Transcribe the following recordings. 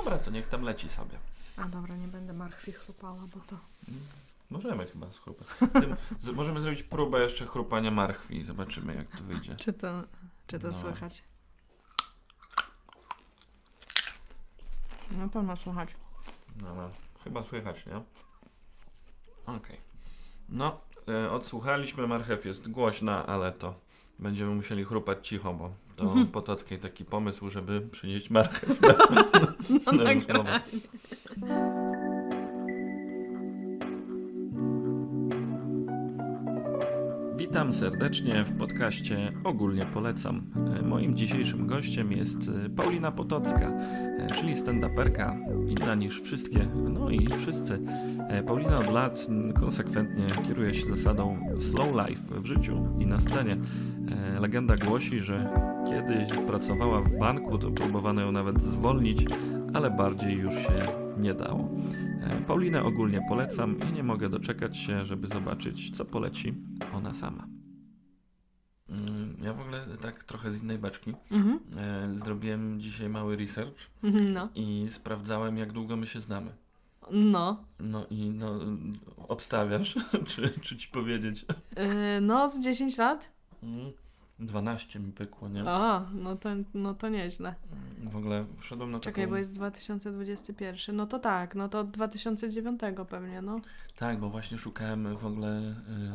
dobra, to niech tam leci sobie. A dobra, nie będę marchwi chrupała, bo to... Możemy chyba schrupać. Możemy zrobić próbę jeszcze chrupania marchwi i zobaczymy, jak to wyjdzie. Czy to No. słychać? Na pewno słychać. No, chyba słychać, nie? Okej. No, odsłuchaliśmy, marchew jest głośna, ale to będziemy musieli chrupać cicho, bo to Potockiej taki pomysł, żeby przynieść marchew No na nagranie. rozmowę. Witam serdecznie w podcaście Ogólnie Polecam. Moim dzisiejszym gościem jest Paulina Potocka, czyli stand-uperka, inna niż wszystkie, no i wszyscy. Paulina od lat konsekwentnie kieruje się zasadą slow life w życiu i na scenie. Legenda głosi, że kiedyś pracowała w banku, to próbowano ją nawet zwolnić, ale bardziej już się nie dało. Paulinę ogólnie polecam i nie mogę doczekać się, żeby zobaczyć, co poleci ona sama. Ja w ogóle tak trochę z innej beczki. Zrobiłem dzisiaj mały research No. i sprawdzałem, jak długo my się znamy. No. No i obstawiasz, czy ci powiedzieć? No, z 10 lat? 12 mi pykło, nie? A, no to nieźle. W ogóle wszedłem na Czekaj, taką... bo jest 2021. No to tak, no to od 2009 pewnie, no. Tak, bo właśnie szukałem w ogóle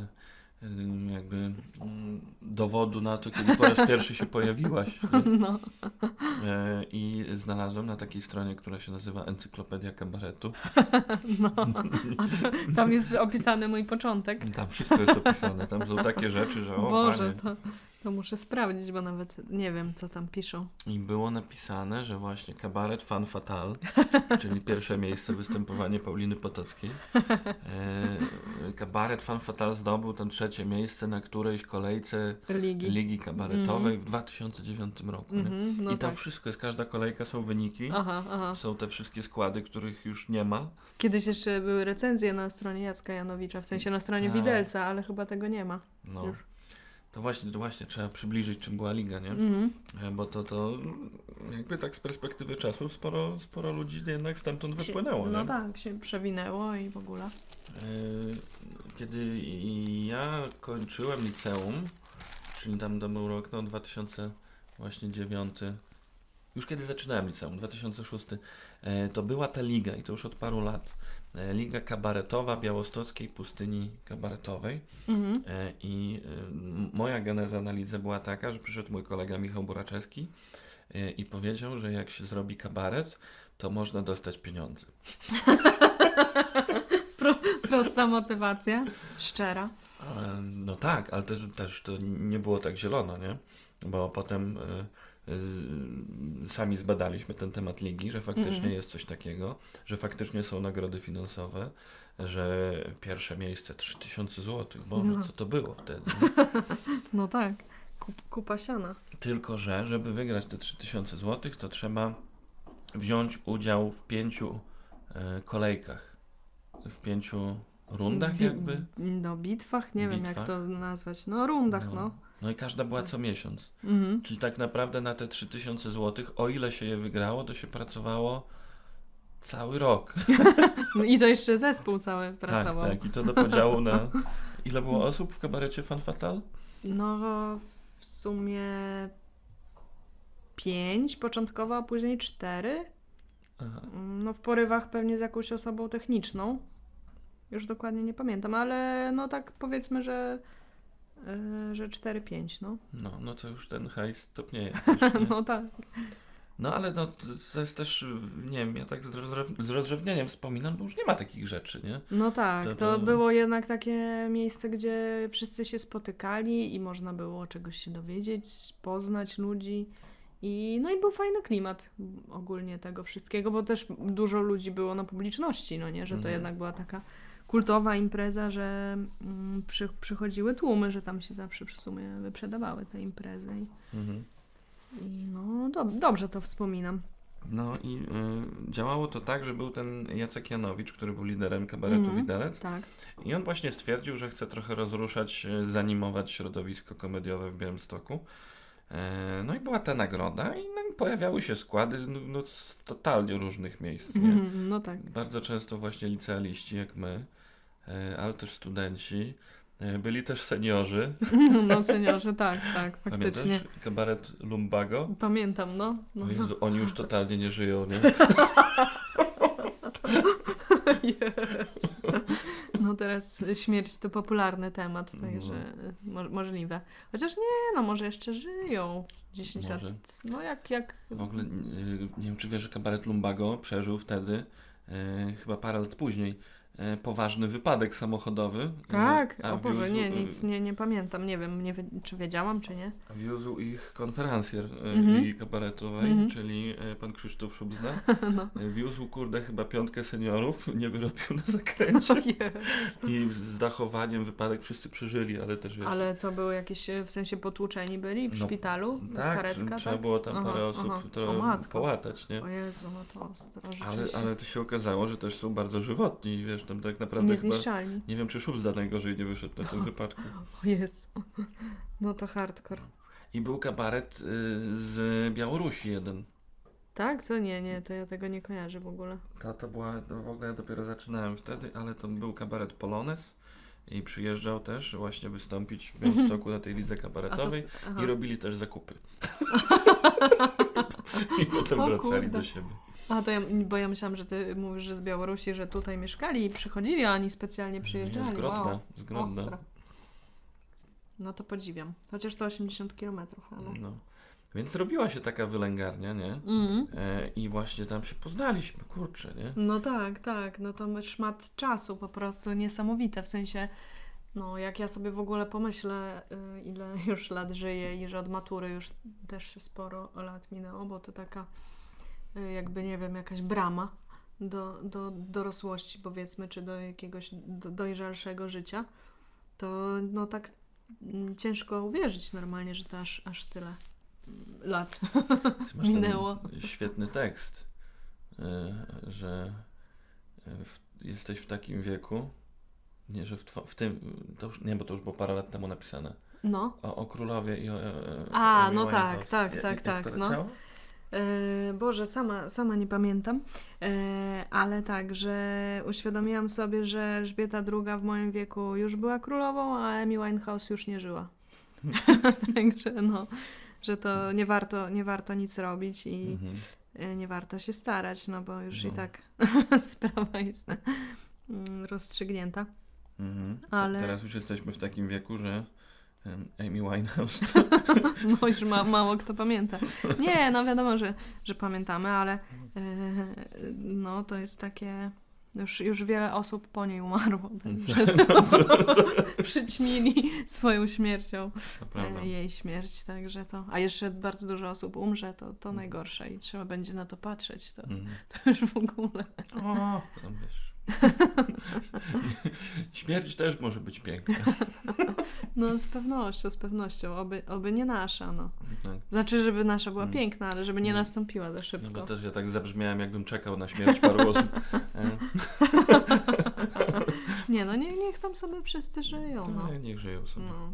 dowodu na to, kiedy po raz pierwszy się pojawiłaś. No. I znalazłem na takiej stronie, która się nazywa Encyklopedia Kabaretu. No. Tam jest opisany mój początek. Tam wszystko jest opisane. Tam są takie rzeczy, że o Boże, panie. to muszę sprawdzić, bo nawet nie wiem, co tam piszą. I było napisane, że właśnie kabaret Fan Fatale, czyli pierwsze miejsce występowanie Pauliny Potockiej. Kabaret Fan Fatale zdobył tam trzecie miejsce na którejś kolejce Ligi Kabaretowej w 2009 roku. Nie? No I tam tak. wszystko jest, każda kolejka są wyniki. Aha. Są te wszystkie składy, których już nie ma. Kiedyś jeszcze były recenzje na stronie Jacka Janowicza, w sensie na stronie Tak. Widelca, ale chyba tego nie ma. No. Już. To właśnie trzeba przybliżyć, czym była liga, nie? Bo to jakby tak z perspektywy czasu sporo ludzi jednak stamtąd wypłynęło, No nie? tak, się przewinęło i w ogóle. Kiedy ja kończyłem liceum, czyli tam to był rok 2009, już kiedy zaczynałem liceum, 2006, to była ta liga i to już od paru lat. Liga Kabaretowa Białostockiej Pustyni Kabaretowej. I moja geneza na lidze była taka, że przyszedł mój kolega Michał Buraczewski i powiedział, że jak się zrobi kabaret, to można dostać pieniądze. Prosta motywacja, szczera. No tak, ale też to nie było tak zielono, nie? Bo potem sami zbadaliśmy ten temat ligi, że faktycznie jest coś takiego, że faktycznie są nagrody finansowe, że pierwsze miejsce 3000 zł, bo co to było wtedy? Nie? No tak, kupa siana. Tylko że, żeby wygrać te 3000 zł, to trzeba wziąć udział w 5 kolejkach, w 5 rundach jakby. No bitwach, nie wiem jak Bitwach? to nazwać. No rundach, no. No i każda była co miesiąc. Czyli tak naprawdę na te 3000 zł, o ile się je wygrało, to się pracowało cały rok. No i to jeszcze zespół cały pracował. Tak. I to do podziału na... Ile było osób w kabarecie Fan Fatale? No w sumie 5 początkowo, a później 4. Aha. No w porywach pewnie z jakąś osobą techniczną. Już dokładnie nie pamiętam, ale no tak powiedzmy, że 4-5, no. No to już ten hajs topnieje. Też, nie? No tak. No ale to jest też, nie wiem, ja tak z rozrzewnieniem wspominam, bo już nie ma takich rzeczy, nie? No tak, To- to było jednak takie miejsce, gdzie wszyscy się spotykali i można było czegoś się dowiedzieć, poznać ludzi. No i był fajny klimat ogólnie tego wszystkiego, bo też dużo ludzi było na publiczności, no nie, że to jednak była taka kultowa impreza, że przychodziły tłumy, że tam się zawsze w sumie wyprzedawały te imprezy. I no dobrze to wspominam. No i działało to tak, że był ten Jacek Janowicz, który był liderem kabaretu Widelec. Tak. I on właśnie stwierdził, że chce trochę rozruszać, zanimować środowisko komediowe w Białymstoku. No i była ta nagroda i pojawiały się składy z totalnie różnych miejsc, nie? No tak. Bardzo często właśnie licealiści jak my, ale też studenci. Byli też seniorzy. No seniorzy, tak, faktycznie. Pamiętasz kabaret Lumbago? Pamiętam, no. O Jezu, oni już totalnie nie żyją, nie? Jest. No teraz śmierć to popularny temat, także możliwe. Chociaż nie, no może jeszcze żyją 10 Może. lat. No jak... W ogóle nie wiem, czy wiesz, że kabaret Lumbago przeżył wtedy, chyba parę lat później, poważny wypadek samochodowy. Tak, a o Boże, wiózł, nic nie pamiętam, nie wiem, czy wiedziałam, czy nie. Wiózł ich konferencjer Ligi Kabaretowej, czyli pan Krzysztof Szubzna. No. Wiózł, kurde, chyba 5 seniorów, nie wyrobił na zakręcie. Jest. I z dachowaniem wypadek wszyscy przeżyli, ale też wiesz, Ale co, były jakieś, w sensie potłuczeni byli w No, szpitalu? tak, Karetka, trzeba tak? było tam parę osób O matko. połatać, nie? O Jezu, no to ostro, rzeczywiście. Ale to się okazało, że też są bardzo żywotni i wiesz, tam tak naprawdę chyba, Niezniszczalni. nie wiem, czy Szubzda najgorzej nie wyszedł na tym wypadku. O Jezu. No to hardcore. I był kabaret z Białorusi jeden. Tak? To nie, to ja tego nie kojarzę w ogóle. To była, w ogóle ja dopiero zaczynałem wtedy, ale to był kabaret Polonez i przyjeżdżał też właśnie wystąpić w Białymstoku na tej lidze kabaretowej i robili też zakupy. I potem O wracali kurde. do siebie. A to bo ja myślałam, że ty mówisz, że z Białorusi, że tutaj mieszkali i przychodzili, a oni specjalnie przyjeżdżali. Z Grodna, Wow. z Grodna. Ostro. No to podziwiam. Chociaż to 80 km. Ale... No. Więc zrobiła się taka wylęgarnia, nie? I właśnie tam się poznaliśmy, kurczę, nie? No tak. No to szmat czasu po prostu niesamowite. W sensie, no jak ja sobie w ogóle pomyślę, ile już lat żyję i że od matury już też sporo lat minęło, bo to taka jakby, nie wiem, jakaś brama do dorosłości, powiedzmy, czy do jakiegoś dojrzalszego życia, to no tak ciężko uwierzyć normalnie, że to aż tyle lat Ty masz minęło. ten świetny tekst, że jesteś w takim wieku, nie, że w tym, to już, nie, bo to już było parę lat temu napisane, No. o królowie i o A, no Amy tak, Winehouse. tak, Jak to no. leciało? Boże, sama nie pamiętam, ale tak, że uświadomiłam sobie, że Elżbieta II w moim wieku już była królową, a Amy Winehouse już nie żyła. Także no, że to nie warto nic robić i nie warto się starać, no bo już i tak sprawa jest rozstrzygnięta. Ale... Teraz już jesteśmy w takim wieku, że Amy Winehouse. No już mało kto pamięta. Nie, no wiadomo, że pamiętamy, ale no to jest takie... Już wiele osób po niej umarło, także przyćmili swoją śmiercią jej śmierć, także to... A jeszcze bardzo dużo osób umrze, to najgorsze i trzeba będzie na to patrzeć, to już w ogóle... O, tam wiesz. Śmierć też może być piękna. No z pewnością, oby nie nasza, no. Tak. Znaczy, żeby nasza była piękna, ale żeby nie nastąpiła za szybko. No bo też ja tak zabrzmiałem, jakbym czekał na śmierć paru osób. Nie, no niech tam sobie wszyscy żyją, no. No, niech żyją sobie. No,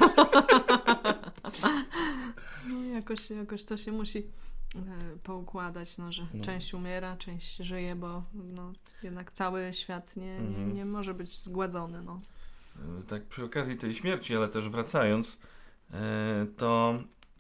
no jakoś to się musi poukładać, no, że część umiera, część żyje, bo no, jednak cały świat nie może być zgładzony, no. Tak przy okazji tej śmierci, ale też wracając, to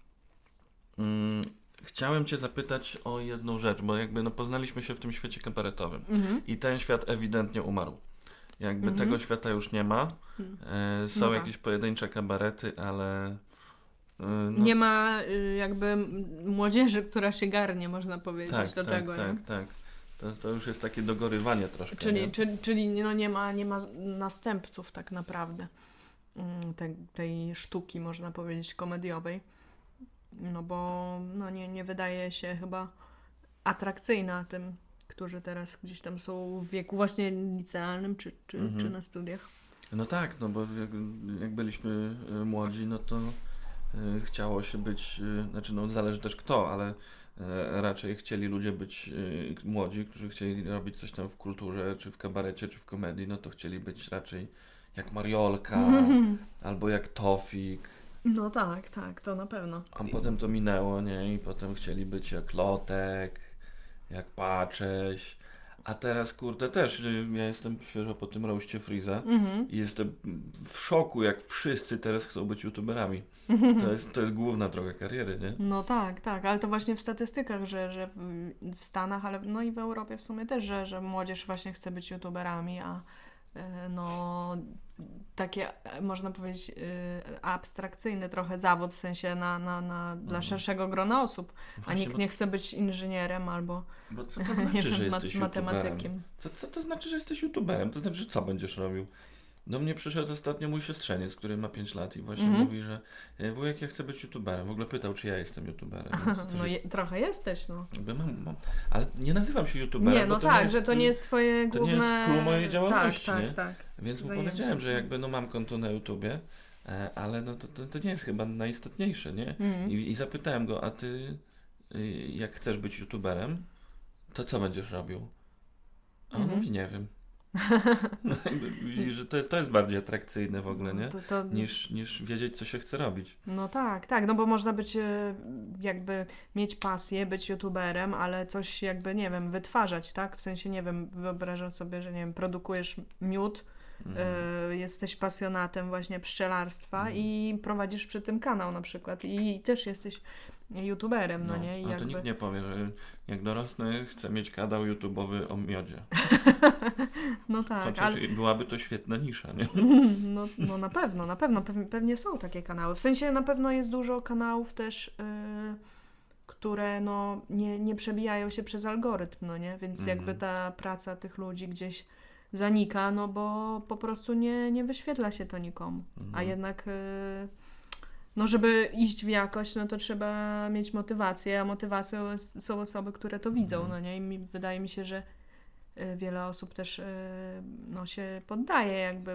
chciałem Cię zapytać o jedną rzecz, bo jakby no, poznaliśmy się w tym świecie kabaretowym i ten świat ewidentnie umarł. Jakby tego świata już nie ma. Są No tak. jakieś pojedyncze kabarety, ale... No, Nie ma jakby młodzieży, która się garnie, można powiedzieć, do tego, nie? Tak. To już jest takie dogorywanie troszkę. Czyli no nie ma następców tak naprawdę tej sztuki, można powiedzieć, komediowej. No bo no nie wydaje się chyba atrakcyjna tym, którzy teraz gdzieś tam są w wieku właśnie licealnym czy na studiach. No tak, no bo jak byliśmy młodzi, no to chciało się być, znaczy no zależy też kto, ale raczej chcieli ludzie być młodzi, którzy chcieli robić coś tam w kulturze, czy w kabarecie, czy w komedii, no to chcieli być raczej jak Mariolka, albo jak Tofik, No tak, tak, to na pewno. A potem to minęło, nie? I potem chcieli być jak Lotek, jak Pacześ. A teraz, kurde, też, ja jestem świeżo po tym roście Freeza i jestem w szoku, jak wszyscy teraz chcą być youtuberami. To jest główna droga kariery, nie? No tak, tak, ale to właśnie w statystykach, że w Stanach, ale no i w Europie w sumie też, że młodzież właśnie chce być youtuberami, a no takie można powiedzieć abstrakcyjny trochę zawód, w sensie dla szerszego grona osób, a Właśnie, nikt nie chce być inżynierem albo bo co to nie znaczy, że wiem, jesteś matematykiem. youtuberem? Co to znaczy, że jesteś youtuberem? To znaczy, że co będziesz robił? Do mnie przyszedł ostatnio mój siostrzeniec, który ma 5 lat i właśnie mówi, że wujek, ja chcę być youtuberem. W ogóle pytał, czy ja jestem youtuberem. No trochę jesteś, no. Ale nie nazywam się youtuberem, Nie, no bo to tak, nie jest, że to nie jest twoje to główne... nie jest clue mojej działalności, tak, nie? tak, tak. Więc mu Zajęcie. powiedziałem, że jakby no mam konto na YouTubie, ale no to nie jest chyba najistotniejsze, nie? I zapytałem go, a ty jak chcesz być youtuberem, to co będziesz robił? A on mówi, nie wiem. No, widzisz, że to jest bardziej atrakcyjne w ogóle, nie? Niż wiedzieć, co się chce robić. No tak, tak, no bo można być jakby mieć pasję, być youtuberem, ale coś jakby, nie wiem, wytwarzać, tak? W sensie, nie wiem, wyobrażam sobie, że nie wiem, produkujesz miód, jesteś pasjonatem właśnie pszczelarstwa i prowadzisz przy tym kanał na przykład i też jesteś youtuberem, no nie? I ale to nikt nie powie, że jak dorosnę, chcę mieć kanał YouTube'owy o miodzie. No tak, Chociaż byłaby to świetna nisza, nie? No na pewno, pewnie są takie kanały. W sensie na pewno jest dużo kanałów też, które no nie przebijają się przez algorytm, no nie? Więc jakby ta praca tych ludzi gdzieś zanika, no bo po prostu nie wyświetla się to nikomu. A jednak no żeby iść w jakość, no to trzeba mieć motywację, a motywacją są osoby, które to widzą, no nie? I wydaje mi się, że wiele osób też no, się poddaje jakby,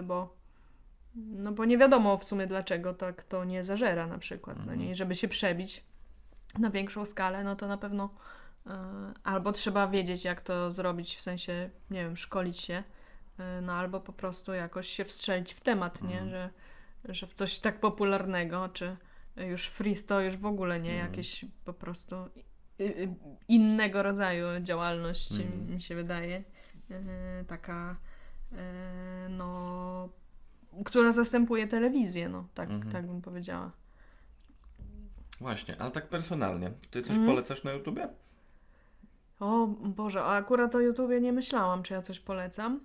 bo nie wiadomo w sumie dlaczego tak to nie zażera na przykład, no nie? I żeby się przebić na większą skalę, no to na pewno albo trzeba wiedzieć jak to zrobić, w sensie, nie wiem, szkolić się, no albo po prostu jakoś się wstrzelić w temat, nie? Że w coś tak popularnego, czy już freeze to już w ogóle nie, jakieś po prostu innego rodzaju działalność mi się wydaje. Taka no, która zastępuje telewizję, no tak bym powiedziała. Właśnie, ale tak personalnie. Ty coś polecasz na YouTubie? O Boże, a akurat o YouTubie nie myślałam, czy ja coś polecam.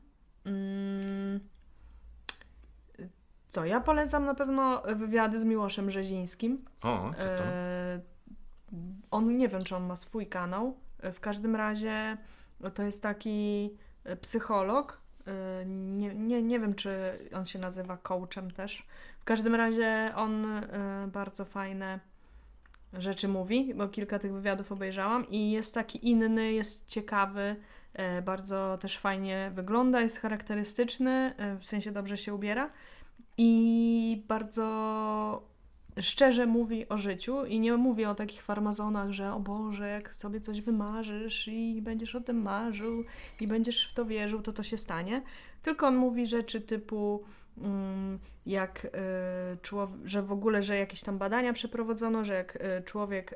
Co, ja polecam na pewno wywiady z Miłoszem Brzezińskim. O, co to? On, nie wiem, czy on ma swój kanał. W każdym razie to jest taki psycholog. Nie wiem, czy on się nazywa coachem też. W każdym razie on bardzo fajne rzeczy mówi, bo kilka tych wywiadów obejrzałam i jest taki inny, jest ciekawy, bardzo też fajnie wygląda, jest charakterystyczny, w sensie dobrze się ubiera i bardzo szczerze mówi o życiu i nie mówi o takich farmazonach, że o Boże, jak sobie coś wymarzysz i będziesz o tym marzył i będziesz w to wierzył, to się stanie. Tylko on mówi rzeczy typu jak że w ogóle, że jakieś tam badania przeprowadzono, że jak człowiek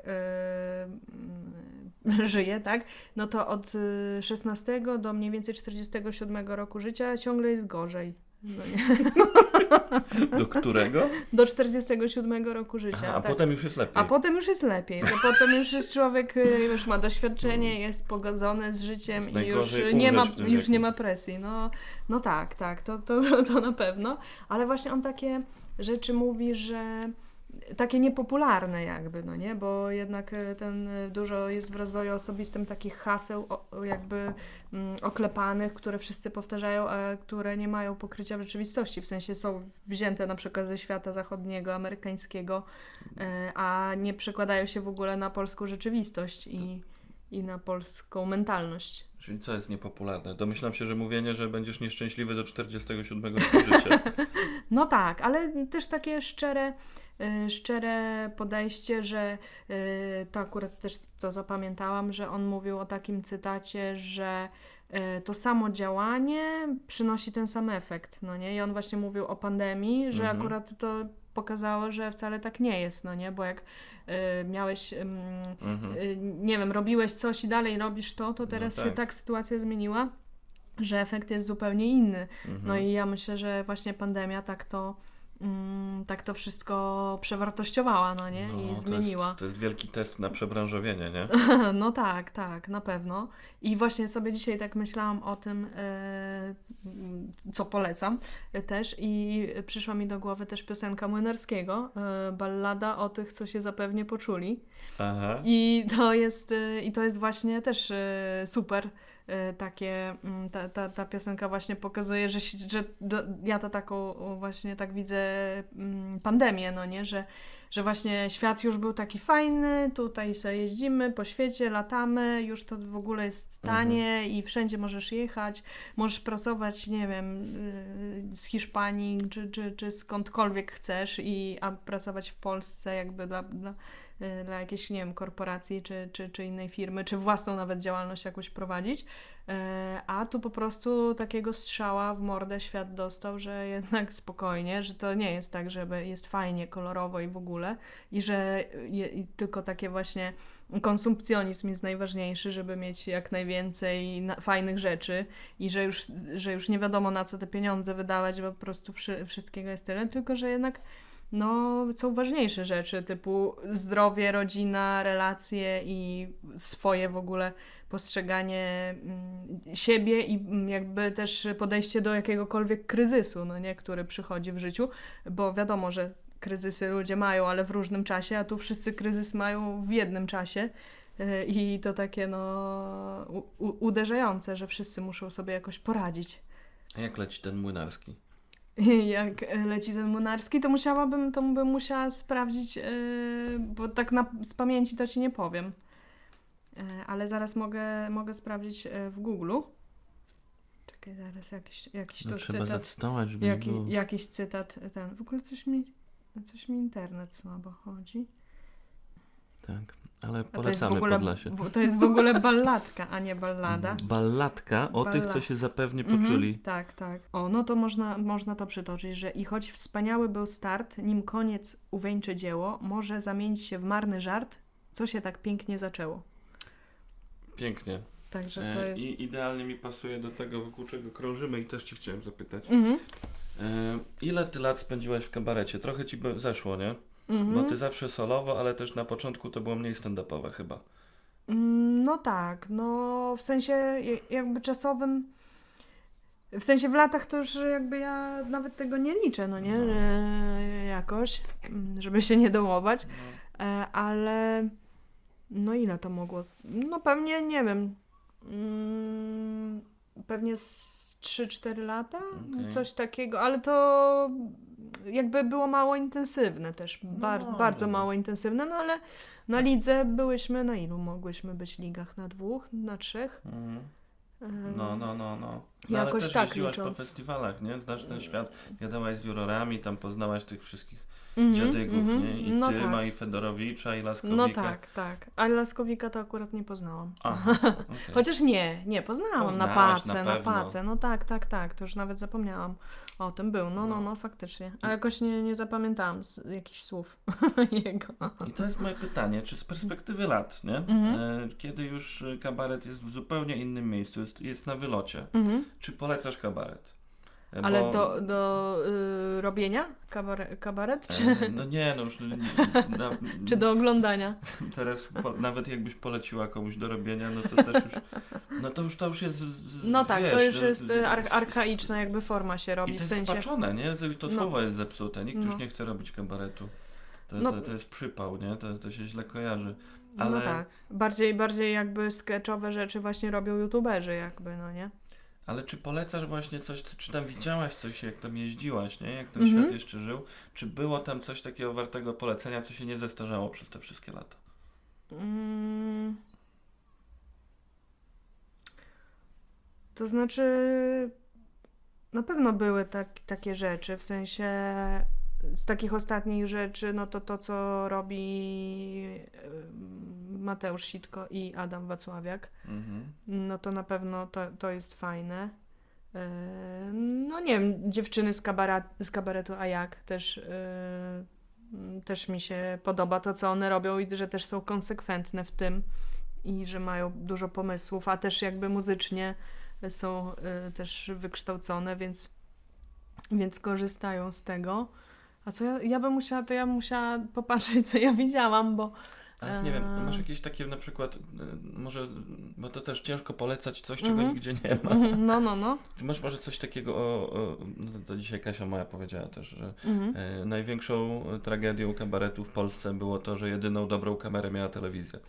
żyje, tak, no to od 16 do mniej więcej 47 roku życia ciągle jest gorzej. No nie. Do którego? Do 47 roku życia. Aha, a tak. potem już jest lepiej. A potem już jest lepiej. To potem już jest człowiek, już ma doświadczenie, jest pogodzony z życiem i już nie ma presji. No tak, to na pewno. Ale właśnie on takie rzeczy mówi, że takie niepopularne jakby, no nie? Bo jednak dużo jest w rozwoju osobistym takich haseł jakby oklepanych, które wszyscy powtarzają, a które nie mają pokrycia w rzeczywistości. W sensie są wzięte na przykład ze świata zachodniego, amerykańskiego, a nie przekładają się w ogóle na polską rzeczywistość i na polską mentalność. Czyli co jest niepopularne? Domyślam się, że mówienie, że będziesz nieszczęśliwy do 47 roku życia. No tak, ale też takie szczere podejście, że to akurat też co zapamiętałam, że on mówił o takim cytacie, że to samo działanie przynosi ten sam efekt, no nie? I on właśnie mówił o pandemii, że akurat to pokazało, że wcale tak nie jest, no nie? Bo jak miałeś, Mhm. nie wiem, robiłeś coś i dalej robisz to teraz No się tak. tak sytuacja zmieniła, że efekt jest zupełnie inny. No Mhm. i ja myślę, że właśnie pandemia tak to wszystko przewartościowała, no nie? I No, zmieniła. to jest wielki test na przebranżowienie, nie? No tak, tak, na pewno. I właśnie sobie dzisiaj tak myślałam o tym, co polecam też i przyszła mi do głowy też piosenka Młynarskiego, ballada o tych, co się zapewnie poczuli. Aha. I to jest właśnie też super. Takie, ta piosenka właśnie pokazuje, ja to taką właśnie tak widzę pandemię, no nie, że właśnie świat już był taki fajny, tutaj sobie jeździmy po świecie, latamy, już to w ogóle jest tanie i wszędzie możesz jechać, możesz pracować, nie wiem, z Hiszpanii czy skądkolwiek chcesz, a pracować w Polsce jakby dla jakiejś, nie wiem, korporacji czy innej firmy, czy własną nawet działalność jakąś prowadzić. A tu po prostu takiego strzała w mordę świat dostał, że jednak spokojnie, że to nie jest tak, że jest fajnie, kolorowo i w ogóle i że i tylko takie właśnie konsumpcjonizm jest najważniejszy, żeby mieć jak najwięcej fajnych rzeczy i że już nie wiadomo na co te pieniądze wydawać, bo po prostu wszystkiego jest tyle, tylko że jednak no, są ważniejsze rzeczy, typu zdrowie, rodzina, relacje i swoje w ogóle postrzeganie siebie i jakby też podejście do jakiegokolwiek kryzysu, no nie, który przychodzi w życiu, bo wiadomo, że kryzysy ludzie mają, ale w różnym czasie, a tu wszyscy kryzys mają w jednym czasie. I to takie uderzające, że wszyscy muszą sobie jakoś poradzić. A jak leci ten Młynarski? Jak leci ten Młynarski, to bym musiała sprawdzić, bo tak z pamięci to ci nie powiem. Ale zaraz mogę sprawdzić w Google'u. Czekaj, zaraz jakiś No tu trzeba cytat. zacytować, żeby nie było... Jakiś cytat ten. W ogóle coś mi internet słabo chodzi. Tak, ale A to jest w polecamy ogóle, Podlasie. to jest w ogóle balladka, a nie ballada. Balladka o tych, co się zapewnie poczuli. Tak, tak. O, no to można to przytoczyć, że i choć wspaniały był start, nim koniec uwieńczy dzieło, może zamienić się w marny żart, co się tak pięknie zaczęło. Pięknie. Także to jest... I idealnie mi pasuje do tego, wokół czego krążymy i też Cię chciałem zapytać. Ile Ty lat spędziłaś w kabarecie? Trochę Ci zeszło, nie? Bo Ty zawsze solowo, ale też na początku to było mniej stand-upowe chyba. No tak, no w sensie jakby czasowym, w sensie w latach to już jakby ja nawet tego nie liczę, no nie, jakoś, żeby się nie dołować, ale no ile to mogło, no pewnie, nie wiem, pewnie z 3-4 lata, Okej. coś takiego, ale to jakby było mało intensywne też, bardzo dobra. mało intensywne, no ale na lidze byłyśmy, na ilu mogłyśmy być ligach? Na 2, na 3? No. No ale Jakoś też tak jeździłaś po licząc. festiwalach, nie? Znasz ten świat, gadałaś z jurorami, tam poznałaś tych wszystkich Mhm, dziadygów, nie? I no Ty, tak. i Fedorowicza, i Laskowika. No tak, tak. Ale Laskowika to akurat nie poznałam. Aha, okej. Chociaż nie poznałam na Poznałaś pace, na na pewno. pace. No tak, to już nawet zapomniałam o tym był. No, faktycznie. A jakoś nie zapamiętałam jakichś słów jego. I to jest moje pytanie, czy z perspektywy lat, nie? Kiedy już kabaret jest w zupełnie innym miejscu, jest na wylocie, czy polecasz kabaret? Ale do robienia kabaret? No nie, no już... Czy do oglądania? Teraz nawet jakbyś poleciła komuś do robienia, no to też już... No to już jest... No tak, wiesz, to już no, jest archaiczna jakby forma się robi, I to w jest sensie... spaczone, nie? To słowo jest zepsute. Nikt już No. nie chce robić kabaretu. No. To jest przypał, nie? To się źle kojarzy. Ale... No tak. Bardziej jakby sketchowe rzeczy właśnie robią youtuberzy jakby, no nie? Ale czy polecasz właśnie coś, czy tam widziałaś coś, jak tam jeździłaś, nie? Jak ten świat jeszcze żył? Czy było tam coś takiego wartego polecenia, co się nie zestarzało przez te wszystkie lata? To znaczy, na pewno były takie rzeczy, w sensie z takich ostatnich rzeczy, no to co robi Mateusz Sitko i Adam Wacławiak, no to na pewno to jest fajne. No nie wiem, dziewczyny z kabaretu A jak też mi się podoba to, co one robią i że też są konsekwentne w tym i że mają dużo pomysłów, a też jakby muzycznie są też wykształcone, więc korzystają z tego. A co ja bym musiała, to ja bym musiała popatrzeć, co ja widziałam, bo Ale nie wiem, masz jakieś takie na przykład, może, bo to też ciężko polecać coś, czego Mhm. nigdzie nie ma. No. Czy masz może coś takiego, no to dzisiaj Kasia moja powiedziała też, że Mhm. największą tragedią kabaretu w Polsce było to, że jedyną dobrą kamerę miała telewizja.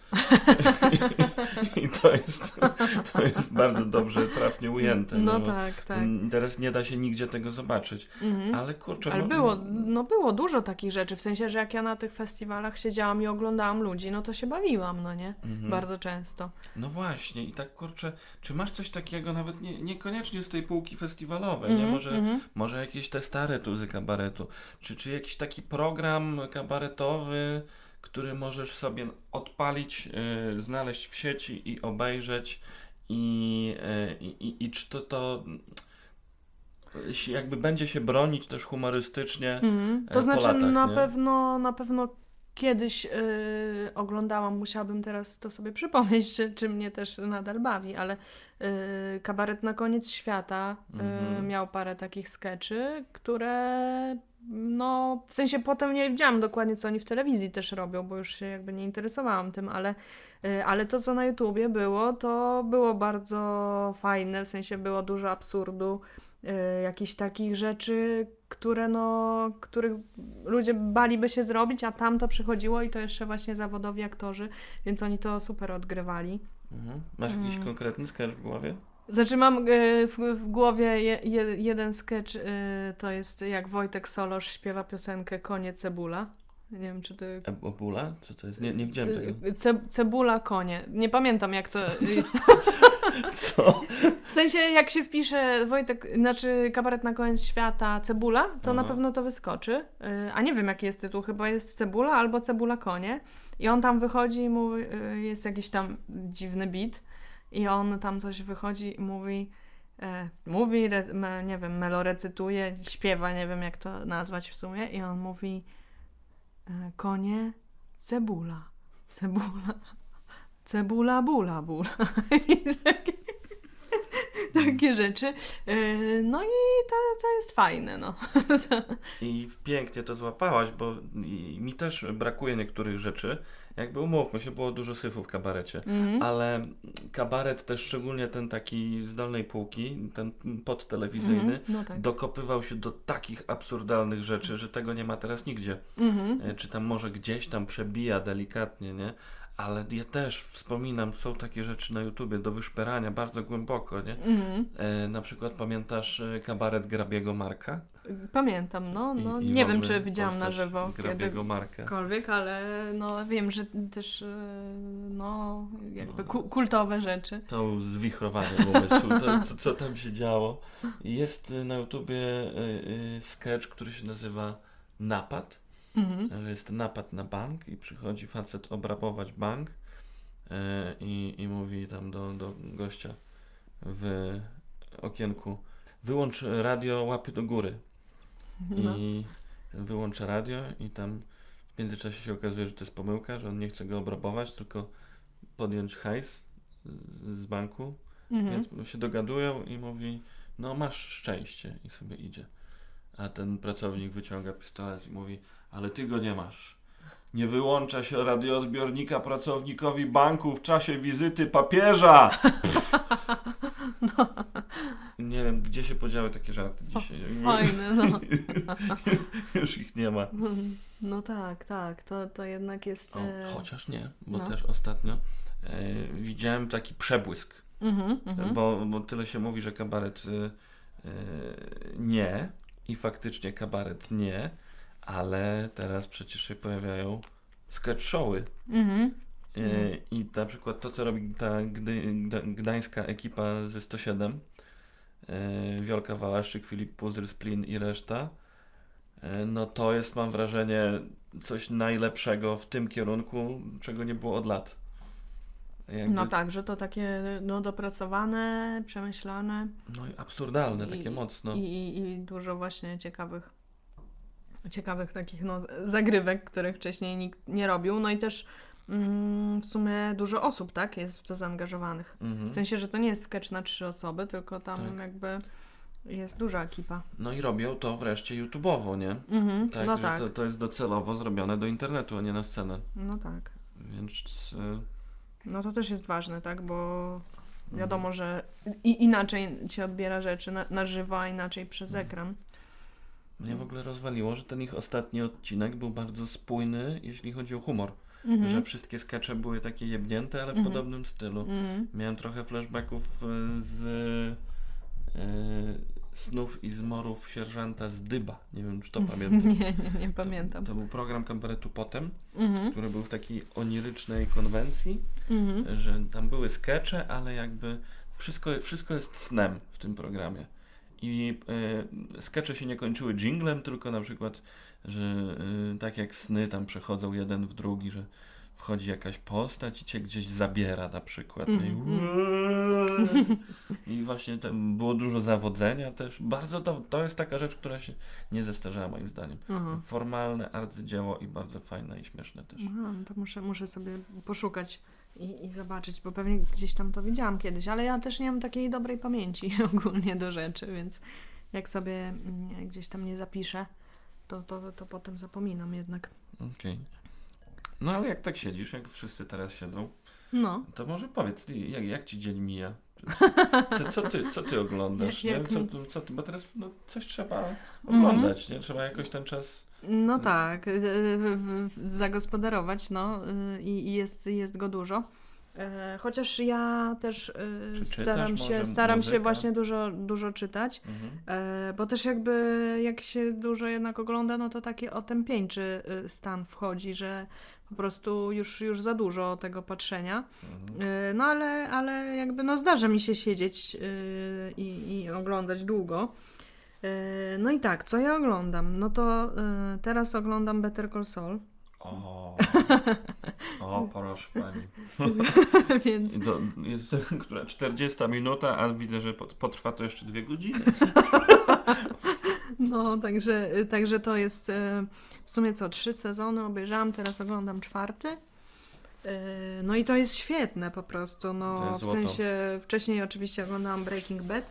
I to jest bardzo dobrze, trafnie ujęte. No nie? Bo tak. teraz nie da się nigdzie tego zobaczyć. Mhm. Ale kurczę, Ale było dużo takich rzeczy, w sensie, że jak ja na tych festiwalach siedziałam i oglądałam ludzi, no to się bawiłam, no nie? Bardzo często. No właśnie, i tak kurczę, czy masz coś takiego, nawet niekoniecznie z tej półki festiwalowej, nie? Może jakieś te stare tuzy kabaretu, czy jakiś taki program kabaretowy, który możesz sobie odpalić, znaleźć w sieci i obejrzeć i czy to jakby będzie się bronić też humorystycznie To po znaczy latach, nie? na pewno kiedyś oglądałam, musiałabym teraz to sobie przypomnieć, czy mnie też nadal bawi, ale Kabaret na koniec świata miał parę takich skeczy, które no w sensie potem nie wiedziałam dokładnie, co oni w telewizji też robią, bo już się jakby nie interesowałam tym, ale to, co na YouTubie było, to było bardzo fajne, w sensie było dużo absurdu, jakichś takich rzeczy, których ludzie baliby się zrobić, a tam to przychodziło i to jeszcze właśnie zawodowi aktorzy, więc oni to super odgrywali. Masz jakiś konkretny sketch w głowie? Znaczy mam w głowie jeden sketch, to jest jak Wojtek Solosz śpiewa piosenkę Konie Cebula. Nie wiem, czy ty... Bula? Co to jest? Nie widziałem tego. Cebula, konie. Nie pamiętam, jak to... Co? W sensie, jak się wpisze Kabaret na koniec świata Cebula, to na pewno to wyskoczy. A nie wiem, jaki jest tytuł. Chyba jest Cebula albo Cebula konie. I on tam wychodzi i mówi, jest jakiś tam dziwny beat. I on tam coś wychodzi i mówi, nie wiem, melorecytuje, śpiewa, nie wiem, jak to nazwać w sumie. I on mówi konie, cebula, cebula, bula. I takie rzeczy. No i to jest fajne, no. I pięknie to złapałaś, bo mi też brakuje niektórych rzeczy. Jakby umówmy się, było dużo syfu w kabarecie, ale kabaret też, szczególnie ten taki z dolnej półki, ten podtelewizyjny, No tak. dokopywał się do takich absurdalnych rzeczy, że tego nie ma teraz nigdzie. Czy tam może gdzieś tam przebija delikatnie, nie? Ale ja też wspominam, są takie rzeczy na YouTubie do wyszperania bardzo głęboko, nie? Na przykład pamiętasz kabaret Grabiego Marka? Pamiętam, no. I Nie w wiem, ogóle czy widziałam na postać żywo Grabiego Marka. kiedykolwiek, ale no wiem, że też no jakby kultowe rzeczy. To zwichrowanie umysłu, co tam się działo. Jest na YouTubie sketch, który się nazywa Napad. Że jest napad na bank i przychodzi facet obrabować bank i mówi tam do gościa w okienku: wyłącz radio, łapy do góry. I wyłącza radio i tam w międzyczasie się okazuje, że to jest pomyłka, że on nie chce go obrabować, tylko podjąć hajs z banku. Więc się dogadują i mówi: no masz szczęście, i sobie idzie. A ten pracownik wyciąga pistolet i mówi: ale ty go nie masz. Nie wyłącza się radioodbiornika pracownikowi banku w czasie wizyty papieża! Nie wiem, gdzie się podziały takie żarty dzisiaj. Fajne, no. Już ich nie ma. No tak, to jednak jest... Chociaż nie, bo też ostatnio widziałem taki przebłysk. Bo tyle się mówi, że kabaret nie i faktycznie kabaret nie, ale teraz przecież się pojawiają sketch showy. I na przykład to, co robi ta gdańska ekipa ze 107, Wiolka Walaszczyk, Filip Puzdyr, Splin i reszta, no to jest, mam wrażenie, coś najlepszego w tym kierunku, czego nie było od lat. Jakby, No tak, że to takie no, dopracowane, przemyślane no i absurdalne, takie mocno. i dużo właśnie ciekawych takich no, zagrywek, których wcześniej nikt nie robił. No i też w sumie dużo osób, tak, jest w to zaangażowanych. W sensie, że to nie jest sketch na 3 osoby, tylko tam Tak. jakby jest duża ekipa. No i robią to wreszcie YouTube'owo, nie? Tak, No że tak, to jest docelowo zrobione do internetu, a nie na scenę. no tak. Więc No to też jest ważne, tak, bo wiadomo, że inaczej się odbiera rzeczy na żywo, a inaczej przez ekran. mnie w ogóle rozwaliło, że ten ich ostatni odcinek był bardzo spójny, jeśli chodzi o humor. Że wszystkie skecze były takie jebnięte, ale w podobnym stylu. Miałem trochę flashbacków z snów i zmorów sierżanta z Dyba. Nie wiem, czy to pamiętasz. Nie pamiętam. To był program Kabaretu Potem, Mhm. który był w takiej onirycznej konwencji, że tam były skecze, ale jakby wszystko jest snem w tym programie. I skecze się nie kończyły dżinglem, tylko na przykład, że tak jak sny tam przechodzą jeden w drugi, że wchodzi jakaś postać i cię gdzieś zabiera na przykład. nie? I właśnie tam było dużo zawodzenia też. Bardzo to jest taka rzecz, która się nie zestarzała moim zdaniem. Formalne arcydzieło i bardzo fajne i śmieszne też. Aha, no to muszę sobie poszukać i zobaczyć, bo pewnie gdzieś tam to widziałam kiedyś, ale ja też nie mam takiej dobrej pamięci ogólnie do rzeczy, więc jak sobie gdzieś tam nie zapiszę, to potem zapominam jednak. Okej. No ale jak tak siedzisz, jak wszyscy teraz siedzą, No. to może powiedz, jak ci dzień mija? Co ty oglądasz? Jak nie? mi- Co ty, bo teraz teraz trzeba oglądać, nie? Trzeba jakoś ten czas... No tak, zagospodarować, no i jest go dużo. Chociaż ja też Czy staram czytasz się, może staram się muzyka? właśnie dużo czytać, bo też jakby jak się dużo jednak ogląda, no to taki otępieńczy stan wchodzi, że po prostu już za dużo tego patrzenia. No ale jakby no zdarza mi się siedzieć i oglądać długo. No i tak, co ja oglądam? No to teraz oglądam Better Call Saul, Proszę pani. więc Jest która 40 minuta, a widzę, że potrwa to jeszcze 2 godziny. no także to jest w sumie 3 sezony obejrzałam, teraz oglądam 4. No i to jest świetne po prostu, To no jest w złoto. sensie wcześniej oczywiście oglądałam Breaking Bad,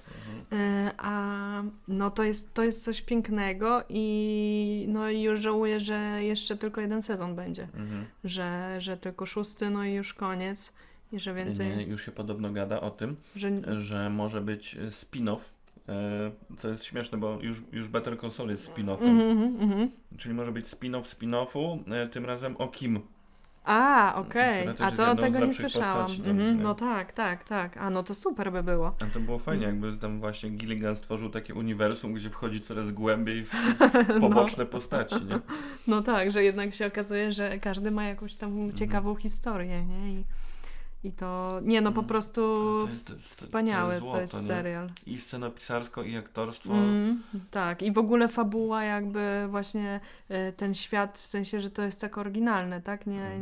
a no to jest coś pięknego i no i już żałuję, że jeszcze tylko 1 sezon będzie, że tylko 6, no i już koniec i że więcej, Nie, już się podobno gada o tym, że może być spin-off, co jest śmieszne, bo już Better Call Saul jest spin-offem. Czyli może być spin-off spin-offu, tym razem o Kim. A, okej. Która też A jest to jedną z tego nie lepszych słyszałam. postaci tam, nie? No tak. A no to super by było. A to było fajnie, jakby tam właśnie Gilligan stworzył takie uniwersum, gdzie wchodzi coraz głębiej w poboczne postaci, nie? No tak, że jednak się okazuje, że każdy ma jakąś tam ciekawą historię, nie? I to, nie no po prostu A to jest wspaniałe złoto, to jest nie? serial. I scenopisarsko, i aktorstwo. Tak, i w ogóle fabuła jakby właśnie ten świat, w sensie, że to jest tak oryginalne, tak?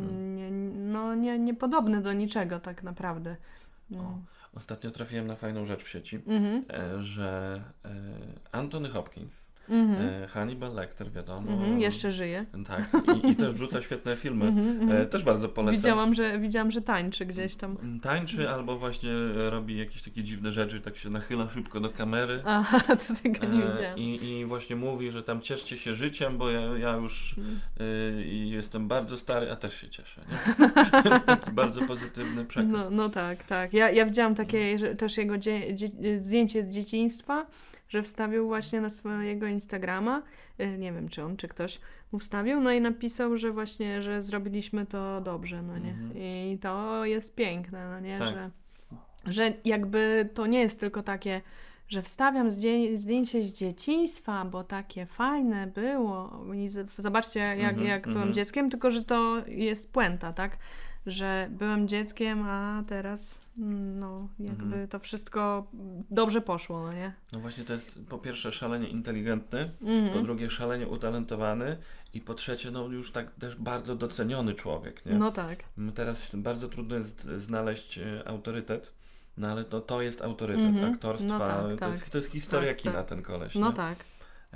Nie podobny do niczego tak naprawdę. Ostatnio trafiłem na fajną rzecz w sieci, że Anthony Hopkins, Hannibal Lecter, wiadomo. Jeszcze żyje. Tak, i też wrzuca świetne filmy. Też bardzo polecam. Widziałam, że tańczy gdzieś tam. Tańczy albo właśnie robi jakieś takie dziwne rzeczy, tak się nachyla szybko do kamery. Aha, to tego nie widziałam. I właśnie mówi, że tam cieszcie się życiem, bo ja już jestem bardzo stary, a też się cieszę. Nie? To jest taki bardzo pozytywny przekaz. No tak. Ja widziałam takie że też jego zdjęcie z dzieciństwa, że wstawił właśnie na swojego Instagrama. Nie wiem, czy on, czy ktoś mu wstawił, no i napisał, że właśnie, że zrobiliśmy to dobrze, no nie? I to jest piękne, no nie? Tak. Że jakby to nie jest tylko takie, że wstawiam zdjęcie z dzieciństwa, bo takie fajne było. I zobaczcie, jak byłem dzieckiem, tylko że to jest puenta, tak? że byłem dzieckiem, a teraz no jakby to wszystko dobrze poszło, no nie? No właśnie to jest po pierwsze szalenie inteligentny, po Mhm. drugie szalenie utalentowany i po trzecie no już tak też bardzo doceniony człowiek, nie? No tak. Teraz bardzo trudno jest znaleźć autorytet, no ale to jest autorytet Mhm. aktorstwa, No tak, to tak. jest historia Tak, kina tak. ten koleś, No nie? tak.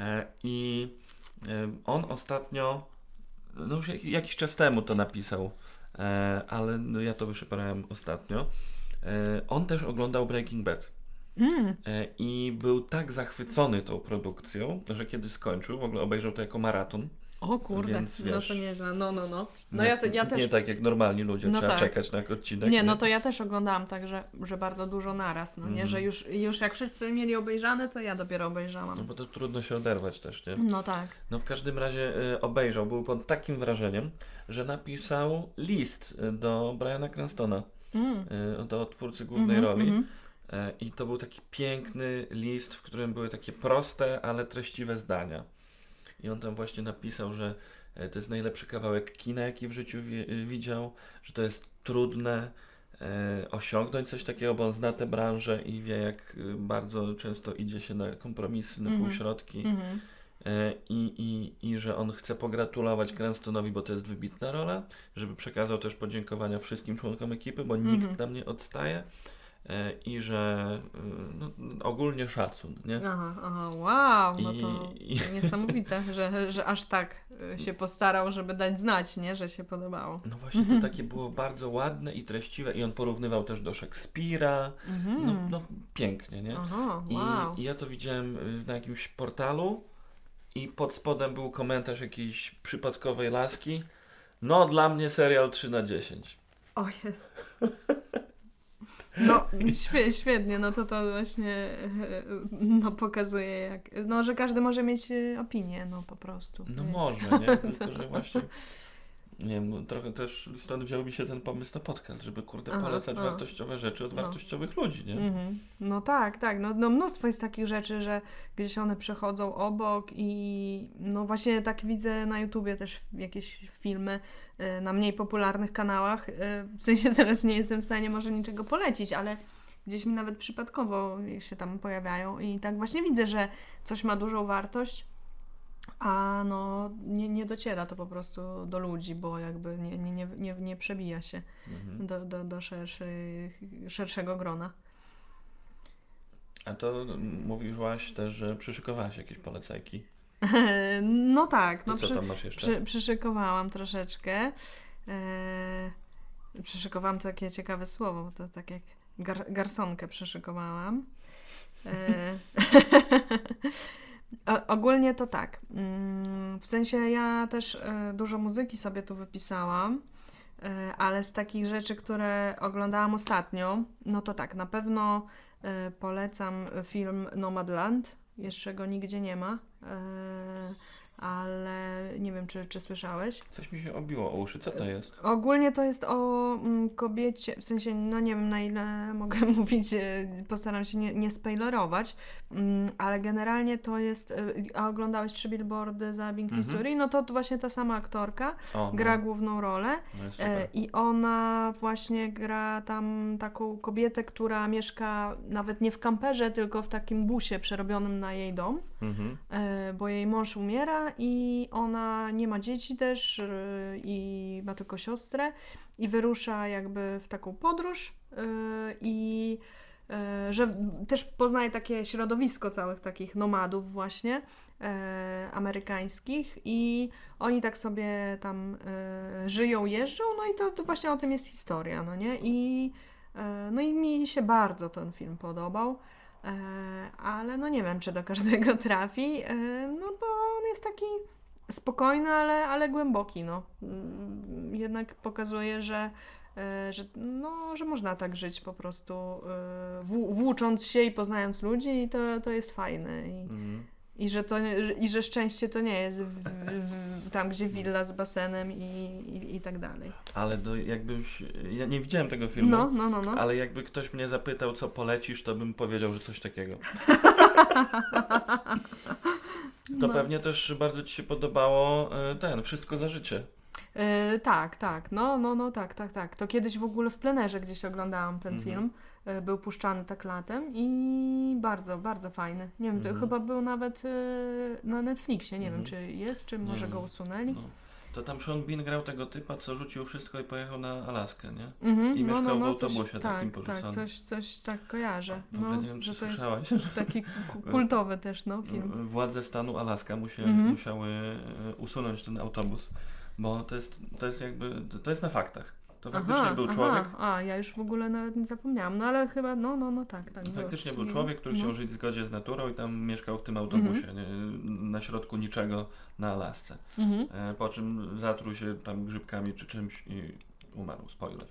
On ostatnio, no już jakiś czas temu to napisał, ale no ja to wyszyparałem ostatnio. On też oglądał Breaking Bad Mm. i był tak zachwycony tą produkcją, że kiedy skończył, w ogóle obejrzał to jako maraton. O kurde, Więc no wiesz, to nieźle. No. No nie, ja też. nie tak jak normalni ludzie, No trzeba tak. czekać na odcinek. Nie, no to ja też oglądałam tak, że bardzo dużo naraz, no nie? Że już jak wszyscy mieli obejrzane, to ja dopiero obejrzałam. No bo to trudno się oderwać też, nie? No tak. No w każdym razie obejrzał, był pod takim wrażeniem, że napisał list do Briana Cranstona, Mm. do twórcy głównej Mhm, roli. mhm. I to był taki piękny list, w którym były takie proste, ale treściwe zdania. I on tam właśnie napisał, że to jest najlepszy kawałek kina, jaki w życiu widział, że to jest trudne osiągnąć coś takiego, bo on zna tę branżę i wie, jak bardzo często idzie się na kompromisy, na półśrodki. Mhm. I że on chce pogratulować Cranstonowi, bo to jest wybitna rola, żeby przekazał też podziękowania wszystkim członkom ekipy, bo nikt tam nie odstaje i że no, ogólnie szacun, nie? Aha, wow, no to I- niesamowite, że aż tak się postarał, żeby dać znać, nie? Że się podobało. No właśnie to takie było bardzo ładne i treściwe i on porównywał też do Szekspira, no pięknie, nie? Aha, wow. I ja to widziałem na jakimś portalu i pod spodem był komentarz jakiejś przypadkowej laski. No dla mnie serial 3/10. O jest. No, świetnie, no to właśnie no, pokazuje jak, no, że każdy może mieć opinię, no po prostu. No Nie? może, nie? Tylko, że właśnie nie wiem, no, trochę też stąd wziął mi się ten pomysł na podcast, żeby kurde Aha, polecać aha. wartościowe rzeczy od No. wartościowych ludzi, nie? Mhm. No tak, no mnóstwo jest takich rzeczy, że gdzieś one przechodzą obok i no właśnie tak widzę na YouTubie też jakieś filmy na mniej popularnych kanałach, w sensie teraz nie jestem w stanie może niczego polecić, ale gdzieś mi nawet przypadkowo się tam pojawiają i tak właśnie widzę, że coś ma dużą wartość, a no nie dociera to po prostu do ludzi, bo jakby nie przebija się Mhm. do szerszego grona. A to mówiłaś też, że przyszykowałaś jakieś polecajki. No tak, To no co tam masz jeszcze? przyszykowałam troszeczkę. Przyszykowałam to takie ciekawe słowo, bo to tak jak garsonkę przyszykowałam. Ogólnie to tak. W sensie ja też dużo muzyki sobie tu wypisałam, ale z takich rzeczy, które oglądałam ostatnio, no to tak, na pewno polecam film Nomadland. Jeszcze go nigdzie nie ma, ale nie wiem, czy słyszałeś. Coś mi się obiło o uszy, co to jest? Ogólnie to jest o kobiecie, w sensie, no nie wiem na ile mogę mówić, postaram się nie spoilerować, ale generalnie to jest, a oglądałeś 3 billboardy za Ebbing, Missouri, no to właśnie ta sama aktorka O, gra główną rolę. no jest super. I ona właśnie gra tam taką kobietę, która mieszka nawet nie w kamperze, tylko w takim busie przerobionym na jej dom, Mhm. bo jej mąż umiera i ona nie ma dzieci też i ma tylko siostrę i wyrusza jakby w taką podróż i że też poznaje takie środowisko całych takich nomadów właśnie amerykańskich i oni tak sobie tam żyją, jeżdżą, no i to właśnie o tym jest historia, no nie? No i mi się bardzo ten film podobał, ale no nie wiem, czy do każdego trafi, no bo on jest taki spokojny, ale głęboki, no. Jednak pokazuje, że można tak żyć po prostu, włócząc się i poznając ludzi i to jest fajne. Mhm. I że szczęście to nie jest tam, gdzie willa z basenem i tak dalej. Ale ja nie widziałem tego filmu, No. ale jakby ktoś mnie zapytał, co polecisz, to bym powiedział, że coś takiego. To No. pewnie też bardzo Ci się podobało Wszystko za życie. Tak. No, tak. To kiedyś w ogóle w plenerze gdzieś oglądałam ten film. Był puszczany tak latem i bardzo, bardzo fajny. Nie wiem, to chyba był nawet na Netflixie. Nie wiem, czy jest, czy może go usunęli. No. To tam Sean Bean grał tego typa, co rzucił wszystko i pojechał na Alaskę, nie? Mhm, I mieszkał w coś, autobusie takim porzuconym. coś tak kojarzę. W ogóle nie wiem, czy że to jest słyszałaś. taki kultowy też, film. Władze stanu Alaska musiały usunąć ten autobus, bo to jest jakby, to jest na faktach. To faktycznie był człowiek. Ja już w ogóle nawet nie zapomniałam, no ale chyba, tak. Faktycznie było. był człowiek, który chciał żyć w zgodzie z naturą i tam mieszkał w tym autobusie, nie, na środku niczego na Alasce. Po czym zatruł się tam grzybkami czy czymś i umarł. Spoiler.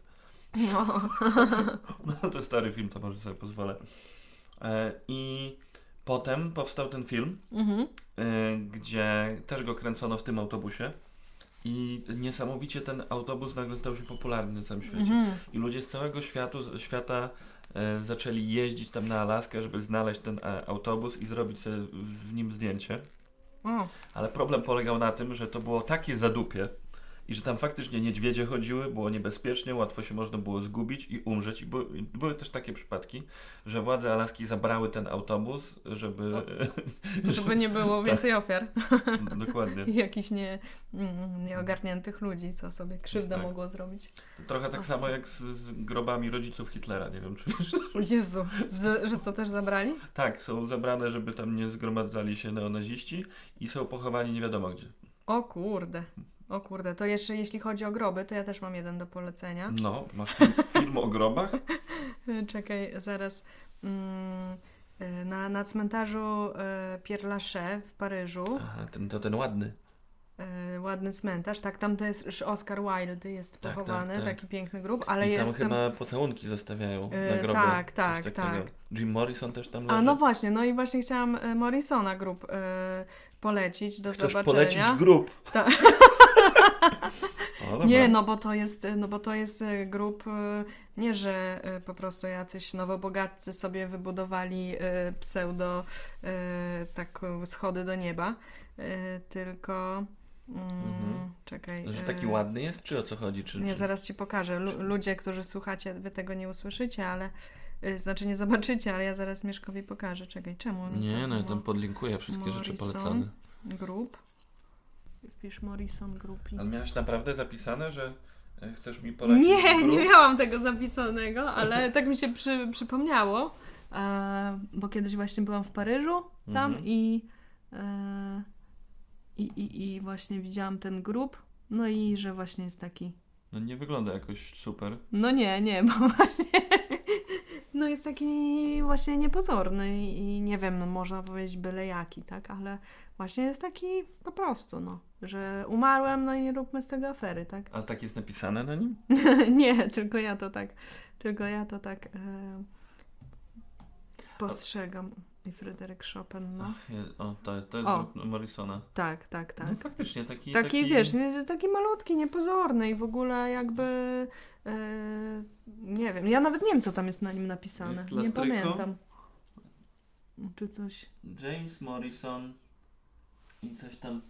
No to stary film, to może sobie pozwolę. I potem powstał ten film, gdzie też go kręcono w tym autobusie. I niesamowicie ten autobus nagle stał się popularny na całym świecie. I ludzie z całego świata zaczęli jeździć tam na Alaskę, żeby znaleźć ten autobus i zrobić sobie w nim zdjęcie. Ale problem polegał na tym, że to było takie zadupie i że tam faktycznie niedźwiedzie chodziły, było niebezpiecznie, łatwo się można było zgubić i umrzeć. I były też takie przypadki, że władze Alaski zabrały ten autobus, żeby nie było więcej ofiar. Dokładnie. Jakichś nieogarniętych ludzi, co sobie krzywdę mogło zrobić. Trochę tak samo jak z grobami rodziców Hitlera, nie wiem czy wiesz. Jezu, że co też zabrali? Tak, są zabrane, żeby tam nie zgromadzali się neonaziści i są pochowani nie wiadomo gdzie. O kurde, to jeszcze jeśli chodzi o groby, to ja też mam jeden do polecenia. No, masz film o grobach? Czekaj, zaraz. Na cmentarzu Père Lachaise w Paryżu. Aha, ten ładny. Ładny cmentarz, tak, tam to jest Oscar Wilde jest pochowany, tak. taki piękny grób, ale i tam jest chyba pocałunki zostawiają na grobie. Tak. Jim Morrison też tam leży. A no właśnie chciałam Morrisona grób polecić do Chcesz zobaczenia. polecić grób? Tak. Nie, no bo to jest grób, nie że po prostu jacyś nowobogatcy sobie wybudowali pseudo tak schody do nieba, tylko czekaj. Że taki ładny jest, czy o co chodzi? Nie, zaraz Ci pokażę. Ludzie, którzy słuchacie, Wy tego nie usłyszycie, ale znaczy nie zobaczycie, ale ja zaraz Mieszkowi pokażę. Czekaj, czemu? Nie, no ja tam podlinkuję wszystkie rzeczy polecane. Grób. Wpisz Morrison Group. Ale miałaś naprawdę zapisane, że chcesz mi polecić grób? Nie miałam tego zapisanego, ale tak mi się przypomniało, bo kiedyś właśnie byłam w Paryżu tam i właśnie widziałam ten grób, no i że właśnie jest taki... No nie wygląda jakoś super. No nie, bo właśnie no jest taki właśnie niepozorny i nie wiem, no można powiedzieć byle jaki, tak, ale właśnie jest taki po prostu, no, że umarłem, no i nie róbmy z tego afery, tak. Ale tak jest napisane na nim? Nie, tylko ja to tak postrzegam. I Fryderyk Chopin, no. To jest Morrisona. Tak. No faktycznie taki wiesz, taki malutki, niepozorny i w ogóle jakby nie wiem, ja nawet nie wiem, co tam jest na nim napisane. Nie pamiętam. Czy coś. James Morrison i coś tam.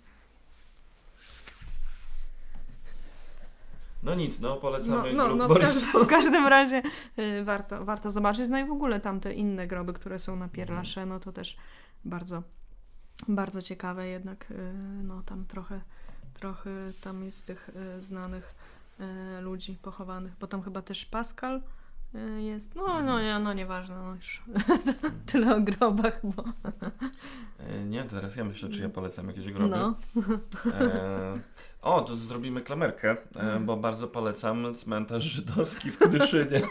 No nic, polecamy grób w każdym razie warto zobaczyć. No i w ogóle tamte inne groby, które są na Père Lachaise, no to też bardzo, bardzo ciekawe jednak, no tam trochę tam jest tych znanych ludzi pochowanych, bo tam chyba też Pascal jest, nieważne, no już tyle o grobach, bo... Nie, teraz ja myślę, czy ja polecam jakieś groby. No. To zrobimy klamerkę, bo bardzo polecam cmentarz żydowski w Knyszynie.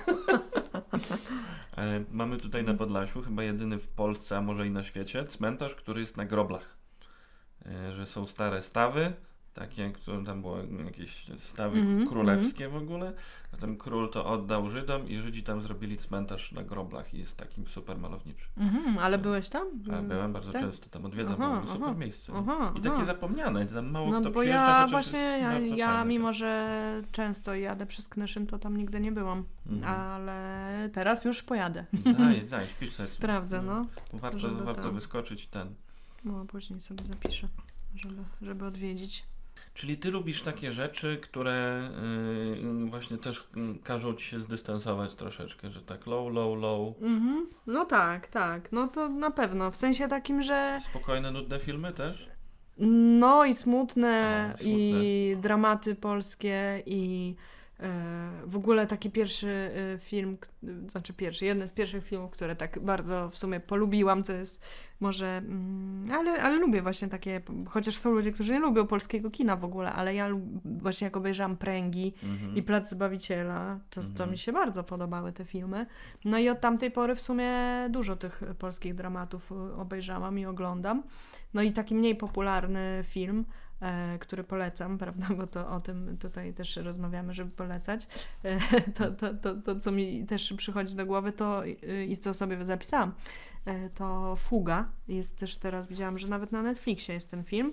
Mamy tutaj na Podlasiu, chyba jedyny w Polsce, a może i na świecie, cmentarz, który jest na groblach. Że są stare stawy, takie, które tam były jakieś stawy królewskie w ogóle, a ten król to oddał Żydom i Żydzi tam zrobili cmentarz na groblach i jest takim super malowniczy. Ale byłeś tam? Byłem bardzo często, tam odwiedzam, było super miejsce. I takie aha. zapomniane, tam mało No kto bo przyjeżdża, ja chociaż właśnie, jest bardzo ja fajne. mimo, że często jadę przez Knyszyn, to tam nigdy nie byłam, ale teraz już pojadę. Zajdź, pisz sobie. Sprawdzę, no. Warto wyskoczyć ten. No, później sobie zapiszę, żeby odwiedzić. Czyli ty lubisz takie rzeczy, które właśnie też każą ci się zdystansować troszeczkę, że tak low. No tak, no to na pewno, w sensie takim, że Spokojne, nudne filmy też? no i smutne, A, smutne. i dramaty polskie, i w ogóle taki pierwszy film, znaczy jeden z pierwszych filmów, które tak bardzo w sumie polubiłam, co jest może, ale lubię właśnie takie, chociaż są ludzie, którzy nie lubią polskiego kina w ogóle, ale ja właśnie jak obejrzałam Pręgi i Plac Zbawiciela, to mi się bardzo podobały te filmy. No i od tamtej pory w sumie dużo tych polskich dramatów obejrzałam i oglądam. No i taki mniej popularny film, który polecam, prawda, bo to o tym tutaj też rozmawiamy, żeby polecać. To co mi też przychodzi do głowy, to i co sobie zapisałam, to Fuga. Jest też teraz, widziałam, że nawet na Netflixie jest ten film.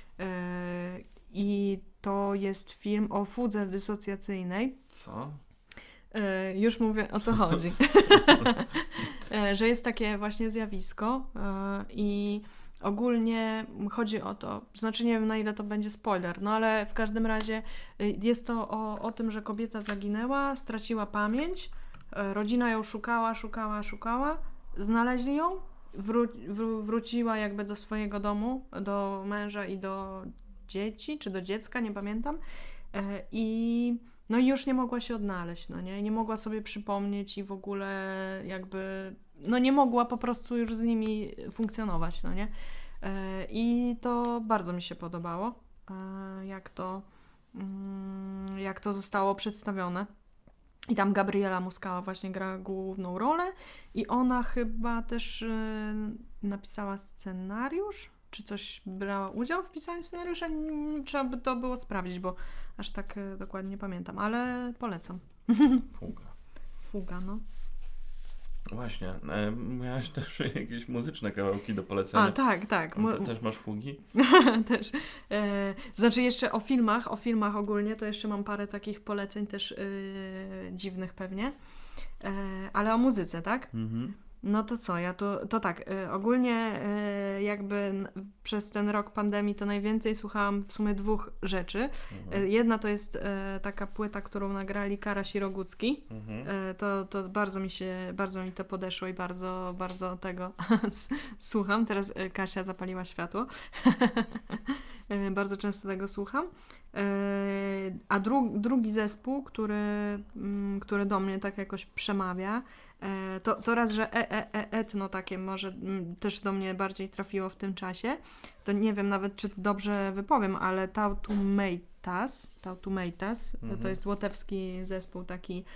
I to jest film o fudze dysocjacyjnej. Co? Już mówię, o co chodzi. Że jest takie właśnie zjawisko i ogólnie chodzi o to, znaczy nie wiem, na ile to będzie spoiler, no ale w każdym razie jest to o tym, że kobieta zaginęła, straciła pamięć, rodzina ją szukała, znaleźli ją, wróciła jakby do swojego domu, do męża i do dzieci, czy do dziecka, nie pamiętam, i no i już nie mogła się odnaleźć, no nie mogła sobie przypomnieć i w ogóle jakby, no nie mogła po prostu już z nimi funkcjonować, no nie? I to bardzo mi się podobało, jak to zostało przedstawione. I tam Gabriela Muskała właśnie gra główną rolę i ona chyba też napisała scenariusz, czy coś brała udział w pisaniu scenariusza? Trzeba by to było sprawdzić, bo aż tak dokładnie nie pamiętam, ale polecam. Fuga, no. Właśnie, miałaś też jakieś muzyczne kawałki do polecenia. A, tak. Też masz fugi? Też. Znaczy jeszcze o filmach ogólnie, to jeszcze mam parę takich poleceń też dziwnych pewnie. Ale o muzyce, tak? No to co, ja to tak, ogólnie jakby przez ten rok pandemii to najwięcej słuchałam w sumie dwóch rzeczy. Jedna to jest taka płyta, którą nagrali Karaś i Rogucki. To bardzo mi to podeszło i bardzo tego słucham. Teraz Kasia zapaliła światło. Bardzo często tego słucham. A drugi zespół, który do mnie tak jakoś przemawia, to raz, że etno takie może też do mnie bardziej trafiło w tym czasie. To nie wiem nawet, czy to dobrze wypowiem, ale Tautumeitas, to jest łotewski zespół taki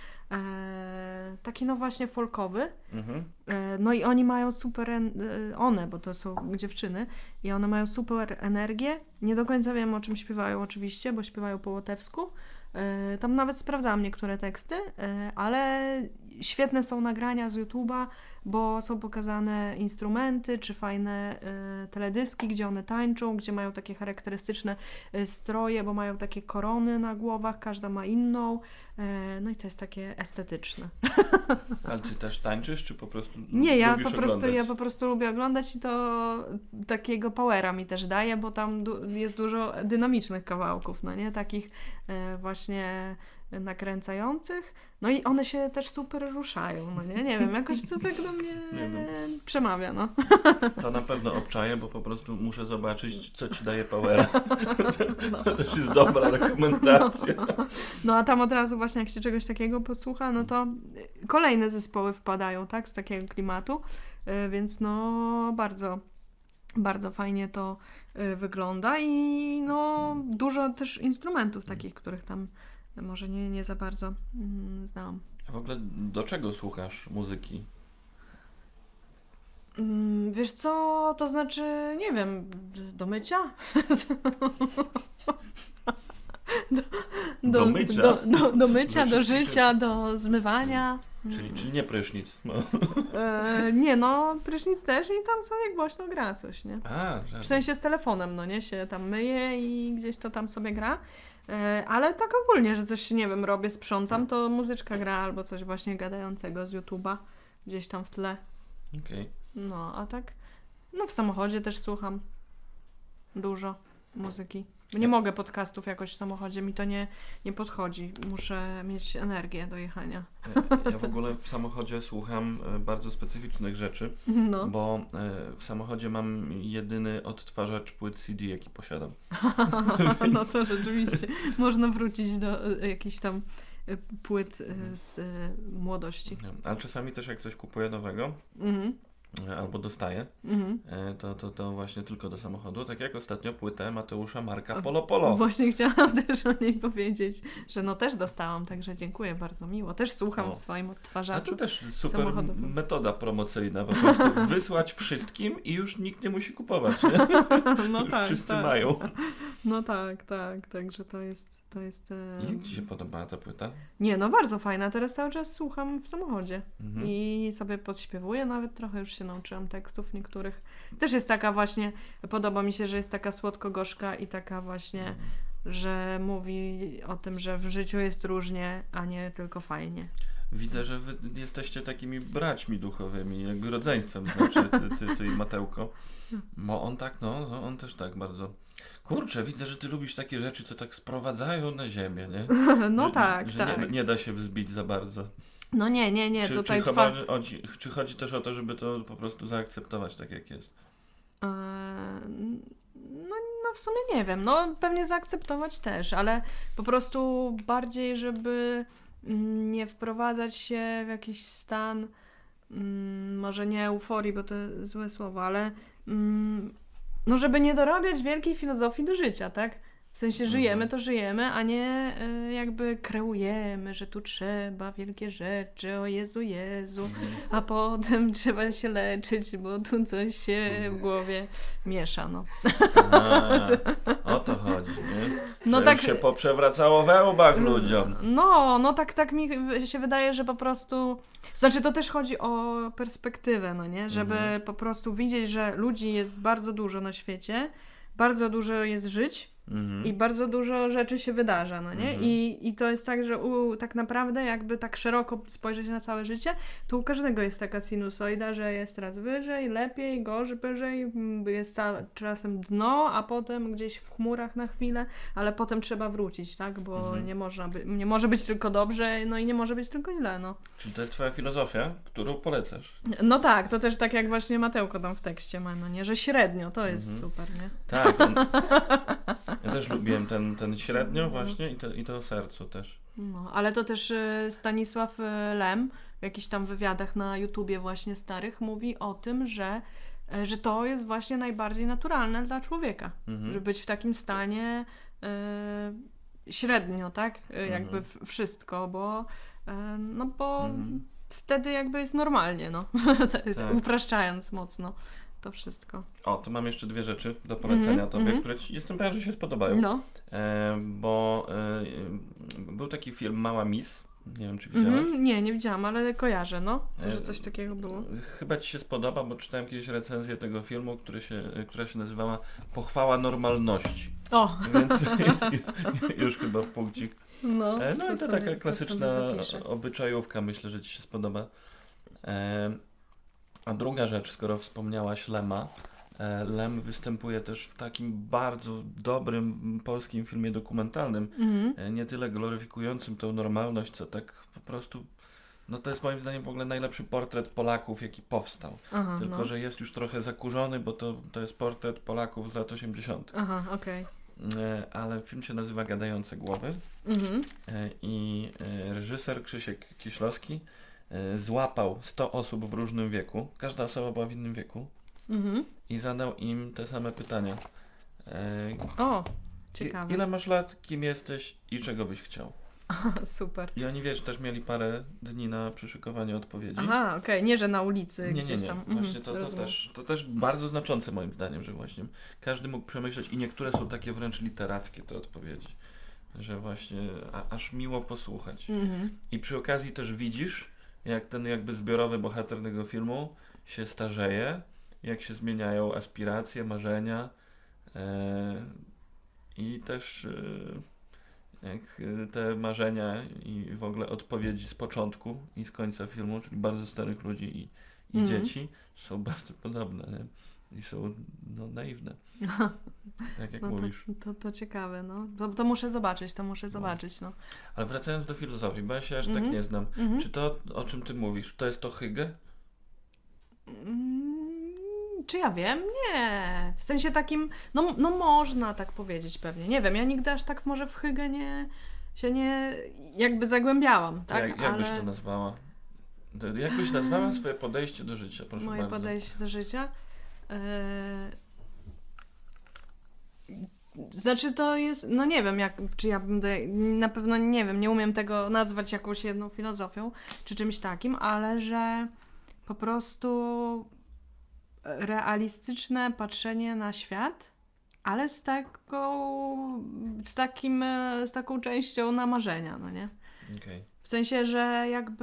no właśnie folkowy. No i oni mają super, one, bo to są dziewczyny, i one mają super energię. Nie do końca wiem, o czym śpiewają oczywiście, bo śpiewają po łotewsku. Tam nawet sprawdzałam niektóre teksty, ale świetne są nagrania z YouTube'a, bo są pokazane instrumenty, czy fajne teledyski, gdzie one tańczą, gdzie mają takie charakterystyczne stroje, bo mają takie korony na głowach, każda ma inną. No i to jest takie estetyczne. Ale ty też tańczysz, czy po prostu Nie, ja oglądać? po prostu lubię oglądać i to takiego powera mi też daje, bo tam jest dużo dynamicznych kawałków, no nie? Takich właśnie nakręcających. No i one się też super ruszają, no nie? Nie wiem, jakoś to tak do mnie przemawia, no. To na pewno obczaję, bo po prostu muszę zobaczyć, co ci daje powera. To też jest dobra rekomendacja. No a tam od razu właśnie, jak się czegoś takiego posłucha, no to kolejne zespoły wpadają, tak? Z takiego klimatu, więc no bardzo fajnie to wygląda i no dużo też instrumentów takich, których tam może nie za bardzo znałam. A w ogóle do czego słuchasz muzyki? Wiesz co, to znaczy, nie wiem, do mycia? Do mycia? Do mycia, do wszystkich życia, do zmywania. Czyli nie prysznic. No. Nie no, prysznic też i tam sobie głośno gra coś, nie? W sensie z telefonem, no nie, się tam myje i gdzieś to tam sobie gra. Ale tak ogólnie, że coś, nie wiem, robię, sprzątam, to muzyczka gra albo coś właśnie gadającego z YouTube'a gdzieś tam w tle. Okej. No, a tak, no w samochodzie też słucham dużo muzyki. Nie mogę podcastów jakoś w samochodzie, mi to nie podchodzi. Muszę mieć energię do jechania. Ja w ogóle w samochodzie słucham bardzo specyficznych rzeczy, No. bo w samochodzie mam jedyny odtwarzacz płyt CD, jaki posiadam. No to rzeczywiście. Można wrócić do jakichś tam płyt z młodości. Ale czasami też jak ktoś kupuje nowego, Mhm. albo dostaje, Mhm. to właśnie tylko do samochodu. Tak jak ostatnio płytę Mateusza Marka Polo Polo. Właśnie chciałam też o niej powiedzieć, że no też dostałam, także dziękuję, bardzo miło. Też słucham O. w swoim A odtwarzaczu. to też super samochodowym. metoda promocyjna, po prostu wysłać wszystkim i już nikt nie musi kupować, nie? No Już tak, wszyscy tak. mają. No tak, także to jest I jak Ci się podobała ta płyta? Nie, no bardzo fajna. Teraz cały czas słucham w samochodzie Mhm. i sobie podśpiewuję nawet trochę, już się nauczyłam tekstów niektórych. Też jest taka właśnie, podoba mi się, że jest taka słodko-gorzka i taka właśnie, że mówi o tym, że w życiu jest różnie, a nie tylko fajnie. Widzę, że wy jesteście takimi braćmi duchowymi, jakby rodzeństwem, znaczy ty i Matełko. Bo on tak, no, on też tak bardzo. Kurczę, widzę, że ty lubisz takie rzeczy, co tak sprowadzają na ziemię, nie? No Że, tak, że tak. nie da się wzbić za bardzo. No nie, tutaj Czy chodzi też o to, żeby to po prostu zaakceptować tak, jak jest? No w sumie nie wiem, no pewnie zaakceptować też, ale po prostu bardziej, żeby nie wprowadzać się w jakiś stan, może nie euforii, bo to złe słowo, ale no żeby nie dorabiać wielkiej filozofii do życia, tak? W sensie żyjemy, to żyjemy, a nie jakby kreujemy, że tu trzeba wielkie rzeczy, o Jezu, a potem trzeba się leczyć, bo tu coś się w głowie miesza, no. O to chodzi, nie? No Że tak- już się poprzewracało we łbach ludziom. No tak mi się wydaje, że po prostu, znaczy to też chodzi o perspektywę, no nie? Żeby po prostu widzieć, że ludzi jest bardzo dużo na świecie, bardzo dużo jest żyć, i bardzo dużo rzeczy się wydarza, no nie? I to jest tak, że tak naprawdę jakby tak szeroko spojrzeć na całe życie, to u każdego jest taka sinusoida, że jest raz wyżej, lepiej, gorzej, jest czasem dno, a potem gdzieś w chmurach na chwilę, ale potem trzeba wrócić, tak? Bo nie może być tylko dobrze, no i nie może być tylko źle, no. Czyli to jest twoja filozofia, którą polecasz? No tak, to też tak jak właśnie Matełko tam w tekście ma, no nie? Że średnio, to jest super, nie? Tak. Ja też lubiłem ten średnio właśnie i to o sercu też. No, ale to też Stanisław Lem w jakichś tam wywiadach na YouTubie właśnie starych mówi o tym, że to jest właśnie najbardziej naturalne dla człowieka, żeby być w takim stanie średnio, tak? Jakby wszystko, bo wtedy jakby jest normalnie, no. Tak. Upraszczając mocno to wszystko. O, to mam jeszcze dwie rzeczy do polecenia tobie, które jestem pewien, że się spodobają. No. Bo był taki film Mała Miss, nie wiem czy widziałaś. Nie widziałam, ale kojarzę, no, że coś takiego było. Chyba ci się spodoba, bo czytałem kiedyś recenzję tego filmu, która się nazywała Pochwała normalności. O! Więc już chyba w punkcik. No No i to taka klasyczna zapiszę. obyczajówka, myślę, że ci się spodoba. A druga rzecz, skoro wspomniałaś Lema, Lem występuje też w takim bardzo dobrym polskim filmie dokumentalnym, nie tyle gloryfikującym tą normalność, co tak po prostu, no to jest moim zdaniem w ogóle najlepszy portret Polaków, jaki powstał. Aha, Tylko, no. że jest już trochę zakurzony, bo to jest portret Polaków z lat 80. Aha, okej. Ale film się nazywa Gadające Głowy Mhm. i reżyser Krzysiek Kieślowski złapał 100 osób w różnym wieku, każda osoba była w innym wieku Mhm. i zadał im te same pytania. O, ciekawe. Ile masz lat, kim jesteś i czego byś chciał? Super. I oni, wiesz, też mieli parę dni na przyszykowanie odpowiedzi. Aha, okej, nie, że na ulicy Nie. gdzieś tam. Właśnie rozumiem. to też bardzo znaczące moim zdaniem, że właśnie każdy mógł przemyśleć i niektóre są takie wręcz literackie te odpowiedzi, że właśnie aż miło posłuchać. I przy okazji też widzisz, jak ten jakby zbiorowy bohater tego filmu się starzeje, jak się zmieniają aspiracje, marzenia i też jak te marzenia i w ogóle odpowiedzi z początku i z końca filmu, czyli bardzo starych ludzi i dzieci, są bardzo podobne. Nie? i są naiwne. Tak jak No mówisz. to ciekawe, no. To muszę zobaczyć, no. Ale wracając do filozofii, bo ja się aż tak Mhm. nie znam. Mhm. Czy to, o czym ty mówisz, to jest to Hygge? Czy ja wiem? Nie. W sensie takim, no można tak powiedzieć pewnie. Nie wiem, ja nigdy aż tak może w Hygge się nie jakby zagłębiałam, tak? Jak byś to nazwała? Jak byś nazwała swoje podejście do życia, proszę Moje bardzo. podejście do życia? Znaczy to jest, no nie wiem, czy ja bym, na pewno nie wiem, nie umiem tego nazwać jakąś jedną filozofią, czy czymś takim, ale że po prostu realistyczne patrzenie na świat, ale z taką częścią na marzenia, no nie? Okej. W sensie, że jakby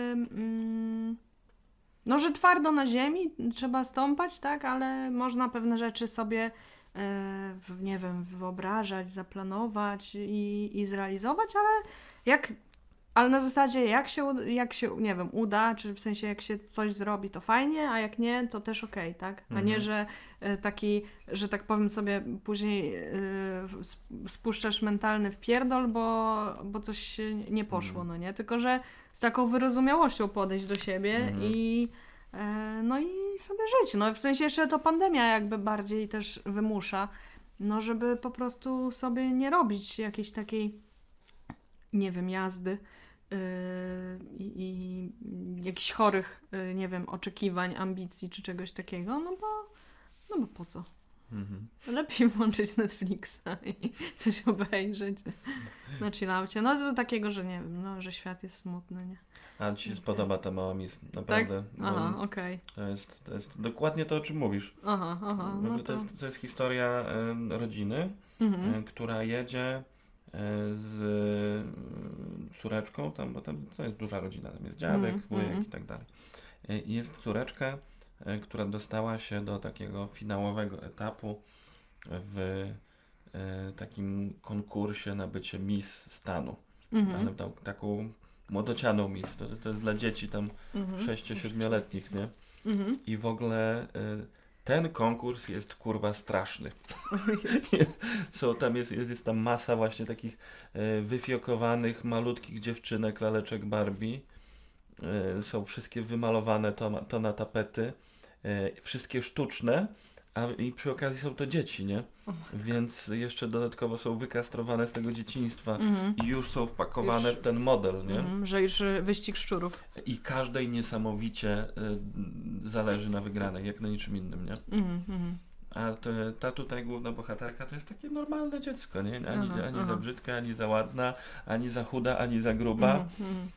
no, że twardo na ziemi trzeba stąpać, tak, ale można pewne rzeczy sobie nie wiem, wyobrażać, zaplanować i zrealizować, ale na zasadzie jak się, nie wiem, uda, czy w sensie jak się coś zrobi, to fajnie, a jak nie, to też okej, tak? A nie, że że tak powiem sobie później spuszczasz mentalny wpierdol, bo coś się nie poszło, no nie? Tylko, że z taką wyrozumiałością podejść do siebie no i sobie żyć. No w sensie jeszcze to pandemia jakby bardziej też wymusza, no żeby po prostu sobie nie robić jakiejś takiej, nie wiem, jazdy i jakichś chorych, nie wiem, oczekiwań, ambicji czy czegoś takiego, no bo po co? Lepiej włączyć Netflixa i coś obejrzeć na chillaucie. No to takiego, że nie wiem, no, że świat jest smutny, nie? Ale ci się spodoba ta mała mis, naprawdę. Tak? Aha, okej. To jest dokładnie to, o czym mówisz. Aha, no to... To jest historia rodziny, która jedzie z córeczką, bo tam to jest duża rodzina, tam jest dziadek, wujek i tak dalej. I jest córeczka, która dostała się do takiego finałowego etapu w takim konkursie na bycie Miss Stanu. Ale taką młodocianą Miss, to jest dla dzieci tam 6-7-letnich, nie? I w ogóle ten konkurs jest kurwa straszny. Jest tam masa właśnie takich wyfiokowanych, malutkich dziewczynek, laleczek Barbie. Są wszystkie wymalowane to na tapety. Wszystkie sztuczne, i przy okazji są to dzieci, nie? Więc jeszcze dodatkowo są wykastrowane z tego dzieciństwa i już są wpakowane w ten model, nie? Że już wyścig szczurów. I każdej niesamowicie zależy na wygranej, jak na niczym innym, nie? A ta tutaj główna bohaterka to jest takie normalne dziecko, nie? Ani za brzydka, ani za ładna, ani za chuda, ani za gruba.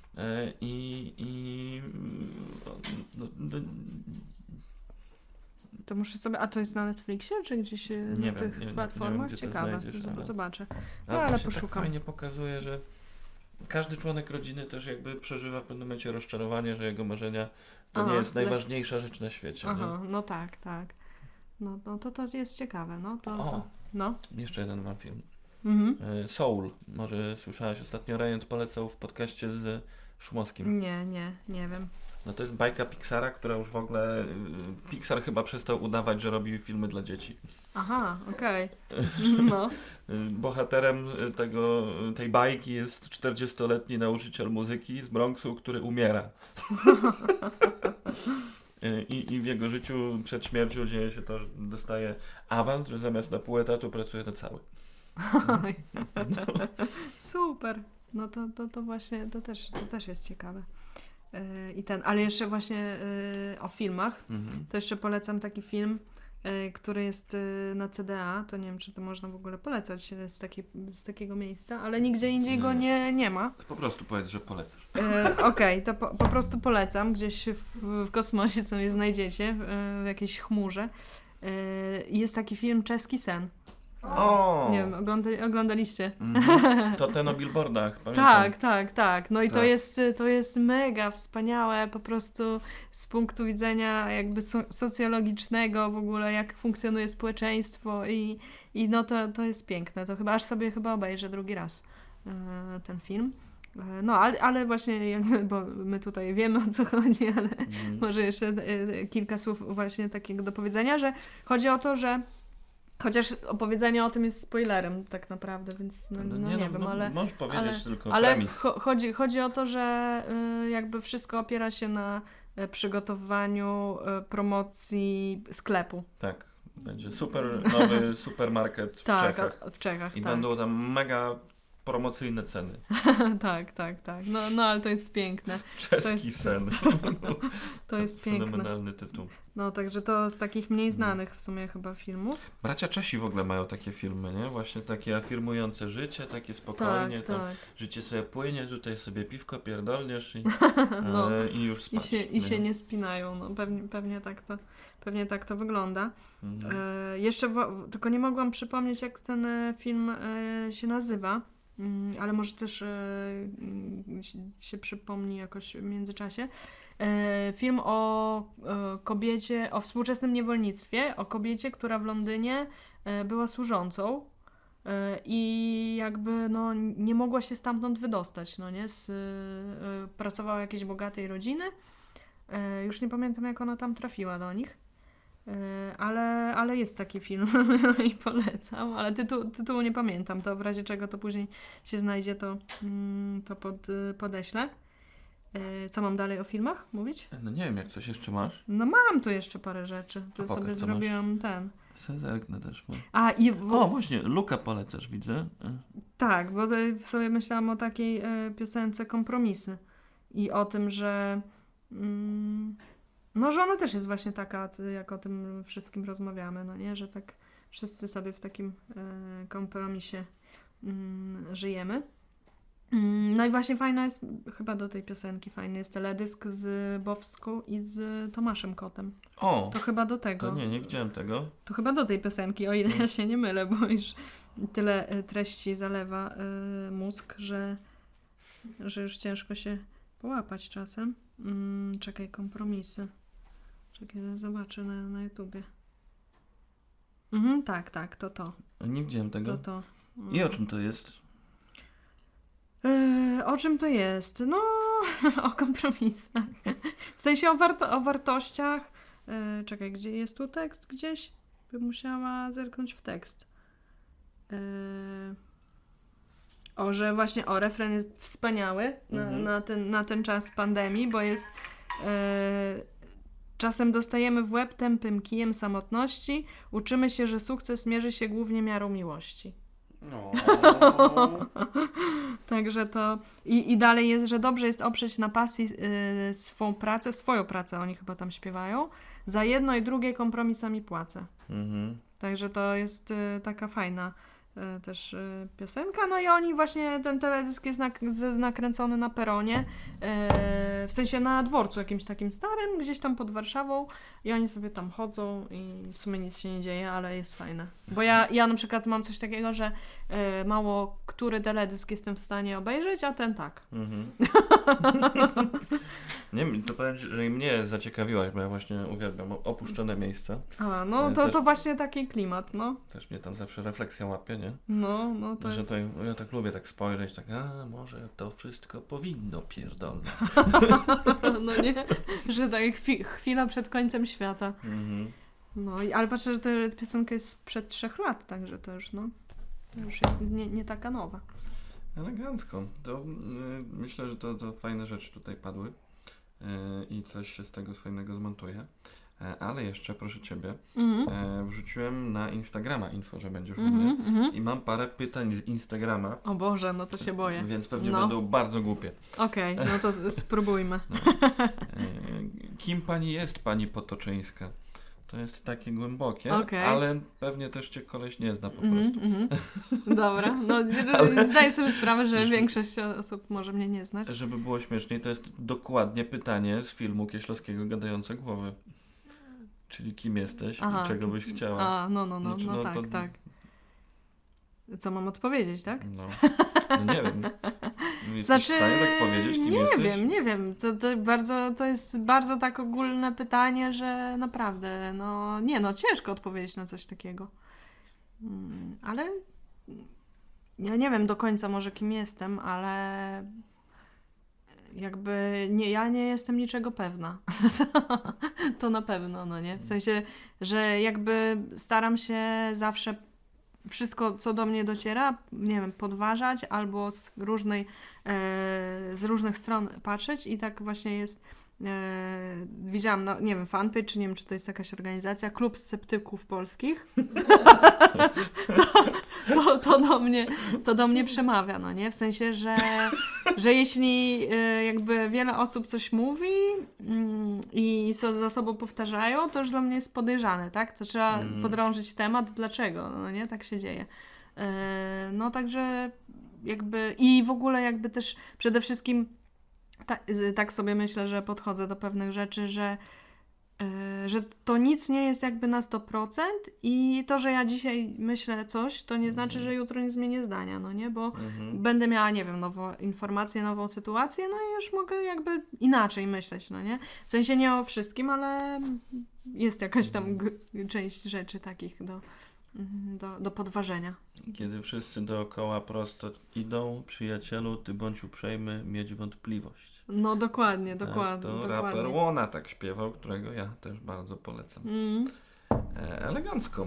To muszę sobie... A to jest na Netflixie, czy gdzieś na tych platformach? Nie wiem, Ciekawe, znajdziesz, zobaczę. Ale poszukam. Tak fajnie pokazuje, że każdy członek rodziny też jakby przeżywa w pewnym momencie rozczarowanie, że jego marzenia to nie jest najważniejsza rzecz na świecie. Nie? No tak. No to jest ciekawe, no to. No. Jeszcze jeden mam film. Soul. Może słyszałaś ostatnio, Ryan polecał w podcaście z Szumowskim. Nie wiem. No to jest bajka Pixara, która już w ogóle... Pixar chyba przestał udawać, że robi filmy dla dzieci. Aha, okej. No. Bohaterem tej bajki jest 40-letni nauczyciel muzyki z Bronxu, który umiera. I w jego życiu przed śmiercią dzieje się to, że dostaje awans, że zamiast na pół etatu pracuje na cały. Super. No to właśnie, to też jest ciekawe. Ale jeszcze właśnie o filmach, to jeszcze polecam taki film, który jest na CDA, to nie wiem, czy to można w ogóle polecać z takiego miejsca, ale nigdzie indziej go nie ma. Po prostu powiedz, że polecasz. Okej, to po prostu polecam, gdzieś w kosmosie sobie znajdziecie, w jakiejś chmurze. Jest taki film Czeski sen. O! Nie wiem, oglądaliście? To ten o billboardach, pamiętam. Tak. No i to jest mega wspaniałe po prostu z punktu widzenia jakby socjologicznego w ogóle, jak funkcjonuje społeczeństwo i no to jest piękne. To aż sobie obejrzę drugi raz ten film. No, ale właśnie jakby, bo my tutaj wiemy, o co chodzi, ale może jeszcze kilka słów właśnie takiego do powiedzenia, że chodzi o to, że chociaż opowiedzenie o tym jest spoilerem tak naprawdę, więc nie wiem, ale... Możesz powiedzieć tylko Ale premis. chodzi o to, że jakby wszystko opiera się na przygotowaniu promocji sklepu. Tak, będzie super nowy supermarket w Tak, Czechach. w Czechach, I tak. będą tam mega promocyjne ceny. Tak. No, ale to jest piękne. Czeski sen. To jest piękne. Fenomenalny tytuł. No, także to z takich mniej znanych w sumie chyba filmów. Bracia Czesi w ogóle mają takie filmy, nie? Właśnie takie afirmujące życie, takie spokojnie, tam Tak. życie sobie płynie, tutaj sobie piwko pierdolniesz i, No. i już spać. I się nie spinają, no pewnie tak to wygląda. Jeszcze tylko nie mogłam przypomnieć, jak ten film się nazywa, ale może też się przypomni jakoś w międzyczasie. Film o kobiecie, o współczesnym niewolnictwie, o kobiecie, która w Londynie była służącą i jakby no, nie mogła się stamtąd wydostać, no nie? Pracowała w jakiejś bogatej rodziny. Już nie pamiętam, jak ona tam trafiła do nich. Ale jest taki film i polecam, ale tytułu nie pamiętam, to w razie czego to później się znajdzie, to podeślę. Co mam dalej o filmach mówić? No nie wiem, jak coś jeszcze masz? No mam tu jeszcze parę rzeczy, tu pokaż, sobie co zrobiłam ten. Zerknę też. Bo... A i O, właśnie, Luka polecasz, widzę. tak, bo sobie myślałam o takiej piosence Kompromisy i o tym, że no, że ona też jest właśnie taka, jak o tym wszystkim rozmawiamy, no nie, że tak wszyscy sobie w takim kompromisie żyjemy. No i właśnie fajna jest, chyba do tej piosenki fajny jest teledysk z Bowską i z Tomaszem Kotem. O! To chyba do tego. To nie widziałem tego. To chyba do tej piosenki, o ile ja się nie mylę, bo już tyle treści zalewa mózg, że już ciężko się połapać czasem. Czekaj, Kompromisy. Czekaj, zobaczę na YouTubie. Tak, to. Nie widziałem tego. To. I o czym to jest? O czym to jest? No, o kompromisach. W sensie o wartościach. Czekaj, gdzie jest tu tekst gdzieś? Bym musiała zerknąć w tekst. Że właśnie refren jest wspaniały na ten czas pandemii, bo jest czasem dostajemy w łeb tępym kijem samotności, uczymy się, że sukces mierzy się głównie miarą miłości. No. Także to... I dalej jest, że dobrze jest oprzeć na pasji swoją pracę, oni chyba tam śpiewają. Za jedno i drugie kompromisami płacę. Także to jest taka fajna też piosenka. No i oni właśnie, ten teledysk jest nakręcony na peronie, w sensie na dworcu jakimś takim starym, gdzieś tam pod Warszawą i oni sobie tam chodzą i w sumie nic się nie dzieje, ale jest fajne. Bo ja na przykład mam coś takiego, że mało który teledysk jestem w stanie obejrzeć, a ten tak. Nie wiem, to powiem, że i mnie zaciekawiłaś, bo ja właśnie uwielbiam opuszczone miejsca. A, no to właśnie taki klimat, no. Też mnie tam zawsze refleksja łapie, nie? No to że jest... ja tak lubię tak spojrzeć, tak, może to wszystko powinno pierdolne. No nie, że tak chwila przed końcem świata. No, ale patrzę, że ta piosenka jest sprzed 3 lat, także to już, no, już jest nie taka nowa. Elegancko. To myślę, że to fajne rzeczy tutaj padły i coś się z tego fajnego zmontuje. Ale jeszcze, proszę Ciebie, wrzuciłem na Instagrama info, że będziesz u mnie i mam parę pytań z Instagrama. O Boże, no to się boję. Więc pewnie będą bardzo głupie. Okej, no to spróbujmy. Kim Pani jest, Pani Potoczyńska? To jest takie głębokie, Okay. ale pewnie też Cię koleś nie zna po prostu. Dobra, no zdaję sobie sprawę, że większość osób może mnie nie znać. Żeby było śmieszniej, to jest dokładnie pytanie z filmu Kieślowskiego Gadające Głowy. Czyli kim jesteś i czego byś chciała. No tak. Co mam odpowiedzieć, tak? No nie wiem. Jesteś w stanie tak powiedzieć, kim jesteś? Nie wiem. To jest bardzo tak ogólne pytanie, że naprawdę, ciężko odpowiedzieć na coś takiego. Ale ja nie wiem do końca może kim jestem, ale jakby ja nie jestem niczego pewna. To na pewno, no nie? W sensie, że jakby staram się zawsze wszystko, co do mnie dociera, nie wiem, podważać albo z różnych stron patrzeć i tak właśnie jest. Widziałam, no nie wiem, fanpage, czy nie wiem, czy to jest jakaś organizacja, Klub Sceptyków Polskich. To do mnie przemawia, no nie? W sensie, że jeśli jakby wiele osób coś mówi i za sobą powtarzają, to już dla mnie jest podejrzane, tak? To trzeba podrążyć temat, dlaczego, no nie? Tak się dzieje. No także jakby i w ogóle jakby też przede wszystkim tak sobie myślę, że podchodzę do pewnych rzeczy, że to nic nie jest jakby na 100% i to, że ja dzisiaj myślę coś, to nie znaczy, że jutro nie zmienię zdania, no nie? Bo będę miała, nie wiem, nową informację, nową sytuację, no i już mogę jakby inaczej myśleć, no nie? W sensie nie o wszystkim, ale jest jakaś tam część rzeczy takich do podważenia. Kiedy wszyscy dookoła prosto idą, przyjacielu, ty bądź uprzejmy mieć wątpliwość. No dokładnie, Tak, dokładnie. to dokładnie. raper Łona tak śpiewał, którego ja też bardzo polecam. Elegancko.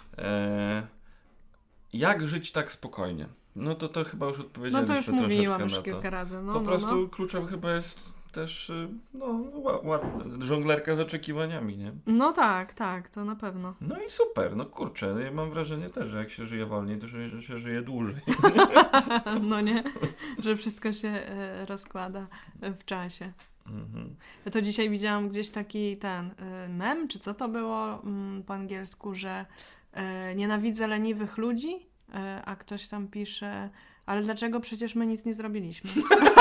Jak żyć tak spokojnie? No to chyba już No odpowiedzieliśmy to już troszeczkę mówiłam na już to. kilka razy. No, Po no, prostu no. kluczem chyba jest też żonglerka z oczekiwaniami, nie? No tak, to na pewno. No i super, no kurczę, ja mam wrażenie też, że jak się żyje wolniej, to się żyje dłużej. No nie, że wszystko się rozkłada w czasie. Ja to dzisiaj widziałam gdzieś taki mem, czy co to było po angielsku, że nienawidzę leniwych ludzi, a ktoś tam pisze, ale dlaczego przecież my nic nie zrobiliśmy?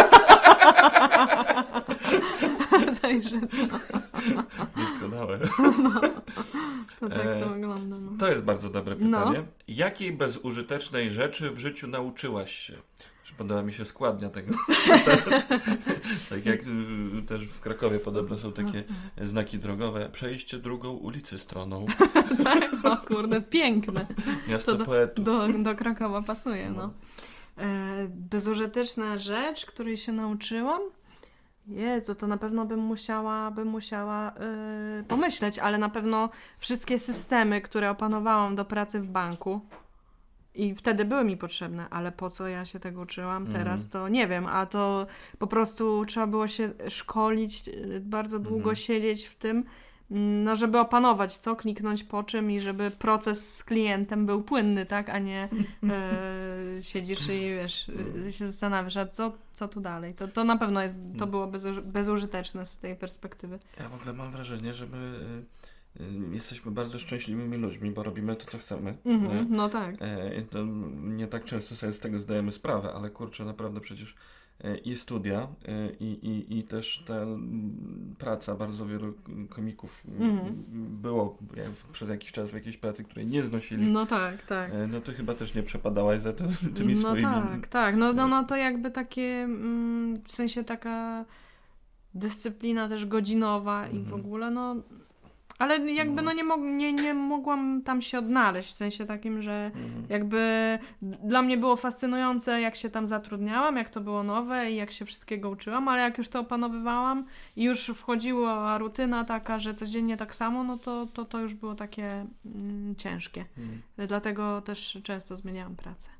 Także Doskonałe. to tak to wygląda. No. To jest bardzo dobre pytanie. Jakiej bezużytecznej rzeczy w życiu nauczyłaś się? Podoba mi się składnia tego. Tak jak też w Krakowie podobno są takie znaki drogowe. Przejście drugą ulicy stroną. Tak, o kurde, piękne. Miasto To poetów. do Krakowa pasuje, no. Bezużyteczna rzecz, której się nauczyłam? Jezu, to na pewno bym musiała pomyśleć, ale na pewno wszystkie systemy, które opanowałam do pracy w banku i wtedy były mi potrzebne, ale po co ja się tego uczyłam teraz, to nie wiem, a to po prostu trzeba było się szkolić, bardzo długo siedzieć w tym, no żeby opanować co, kliknąć po czym i żeby proces z klientem był płynny, tak, a nie siedzisz i wiesz, się zastanawiasz, a co tu dalej. To na pewno to było bezużyteczne z tej perspektywy. Ja w ogóle mam wrażenie, że my jesteśmy bardzo szczęśliwymi ludźmi, bo robimy to, co chcemy. Nie? No tak. I to nie tak często sobie z tego zdajemy sprawę, ale kurczę, naprawdę przecież i studia, i też ta praca bardzo wielu komików było przez jakiś czas w jakiejś pracy, której nie znosili. No tak. No to chyba też nie przepadałaś za tymi swoimi... Tak. No to jakby takie, w sensie taka dyscyplina też godzinowa i w ogóle, no... Ale jakby nie mogłam tam się odnaleźć, w sensie takim, że jakby dla mnie było fascynujące, jak się tam zatrudniałam, jak to było nowe i jak się wszystkiego uczyłam, ale jak już to opanowywałam i już wchodziła rutyna taka, że codziennie tak samo, no to już było takie ciężkie. Dlatego też często zmieniałam pracę.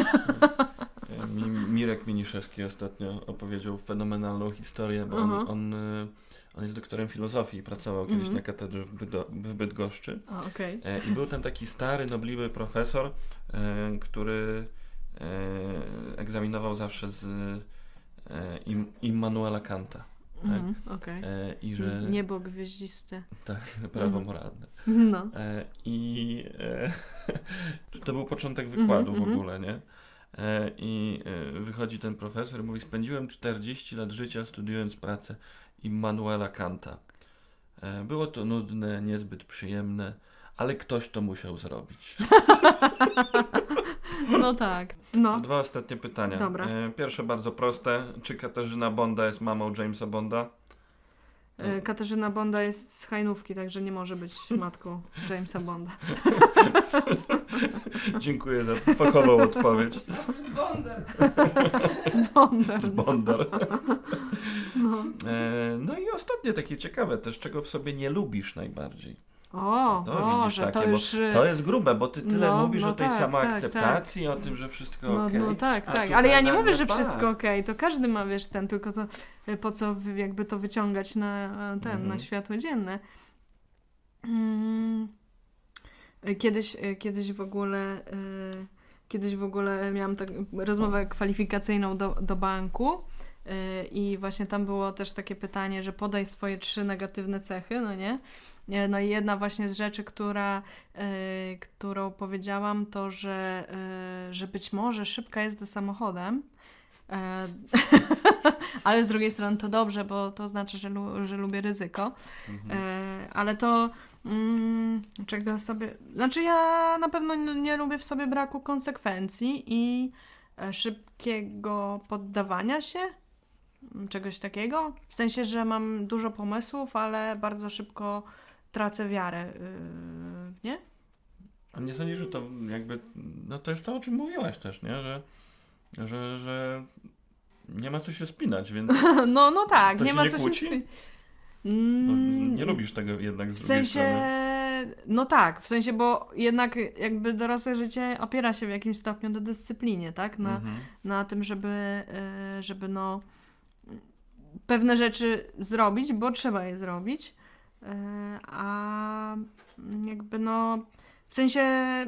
Mirek Miniszewski ostatnio opowiedział fenomenalną historię, bo on jest doktorem filozofii i pracował kiedyś na katedrze w Bydgoszczy. Okay. I był tam taki stary, nobliwy profesor, który egzaminował zawsze z Immanuela Kanta. Tak? Okay. I że... Niebo gwieździste. Tak, prawo moralne. No. To był początek wykładu w ogóle, nie? I wychodzi ten profesor i mówi: spędziłem 40 lat życia studiując pracę Immanuela Kanta. Było to nudne, niezbyt przyjemne, ale ktoś to musiał zrobić. No tak. No. Dwa ostatnie pytania. Dobra. Pierwsze bardzo proste. Czy Katarzyna Bonda jest mamą Jamesa Bonda? Katarzyna Bonda jest z Hajnówki, także nie może być matką Jamesa Bonda. Dziękuję za fachową odpowiedź. Z Bondem. Z Bondem. Z Bondar. No. No i ostatnie takie ciekawe też, czego w sobie nie lubisz najbardziej. Że takie, to bo już... to jest grube, bo ty tyle No, mówisz no o tej tak, samoakceptacji, o tym, że wszystko No, okej. no tak, A tak. tutaj Ale ja nie nagle mówię, że tak. wszystko okej. To każdy ma, wiesz, tylko to po co jakby to wyciągać na na światło dzienne. Kiedyś w ogóle miałam rozmowę kwalifikacyjną do banku i właśnie tam było też takie pytanie, że podaj swoje 3 negatywne cechy, no nie? No i jedna właśnie z rzeczy, którą powiedziałam, to, że być może szybka jezda samochodem, ale z drugiej strony to dobrze, bo to znaczy, że lubię ryzyko. Ale to czego sobie... Znaczy ja na pewno nie lubię w sobie braku konsekwencji i szybkiego poddawania się, czegoś takiego. W sensie, że mam dużo pomysłów, ale bardzo szybko tracę wiarę, nie? A nie sądzisz, że to jakby, no to jest to, o czym mówiłaś też, nie? Że nie ma co się spinać, więc No tak, To nie się ma nie co kłóci? się... no, nie lubisz tego jednak z W drugiej sensie, strony. no tak, w sensie, bo jednak jakby dorosłe życie opiera się w jakimś stopniu na dyscyplinie, tak? Na tym, żeby no pewne rzeczy zrobić, bo trzeba je zrobić, a jakby no w sensie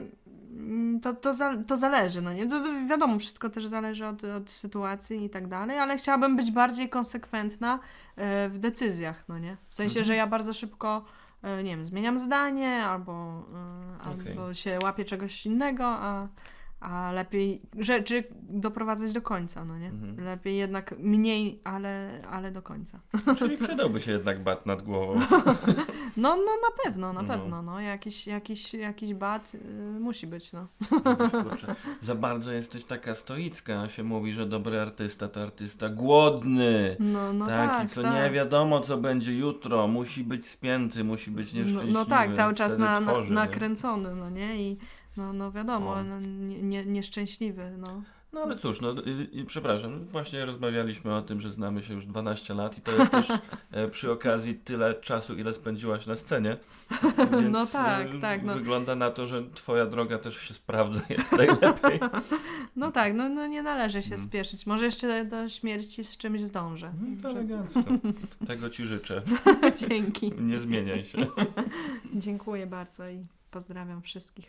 to zależy, no nie? To wiadomo, wszystko też zależy od sytuacji i tak dalej, ale chciałabym być bardziej konsekwentna w decyzjach, no nie? W sensie, że ja bardzo szybko, nie wiem, zmieniam zdanie albo się łapię czegoś innego, a lepiej rzeczy doprowadzać do końca, no nie? Lepiej jednak mniej, ale do końca. Czyli przydałby się jednak bat nad głową. No na pewno, no. Jakiś bat musi być, no. Kurczę, za bardzo jesteś taka stoicka, się mówi, że dobry artysta to artysta głodny. No Taki, tak, co tak. nie wiadomo, co będzie jutro, musi być spięty, musi być nieszczęśliwy. No tak, cały czas wtedy tworzy, nie? nakręcony, no nie? I no wiadomo, O. no, nieszczęśliwy, no. No ale cóż, no przepraszam, właśnie rozmawialiśmy o tym, że znamy się już 12 lat i to jest też przy okazji tyle czasu, ile spędziłaś na scenie. Więc No tak, no. wygląda na to, że twoja droga też się sprawdza jak najlepiej. No tak, no nie należy się spieszyć. Może jeszcze do śmierci z czymś zdążę. To elegancko. Tego ci życzę. Dzięki. Nie zmieniaj się. Dziękuję bardzo i pozdrawiam wszystkich.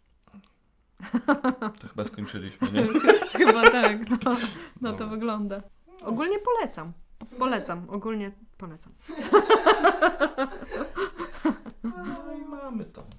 To chyba skończyliśmy, nie? Chyba tak, no to Dobra. wygląda. Ogólnie polecam. Ogólnie polecam. No i mamy to.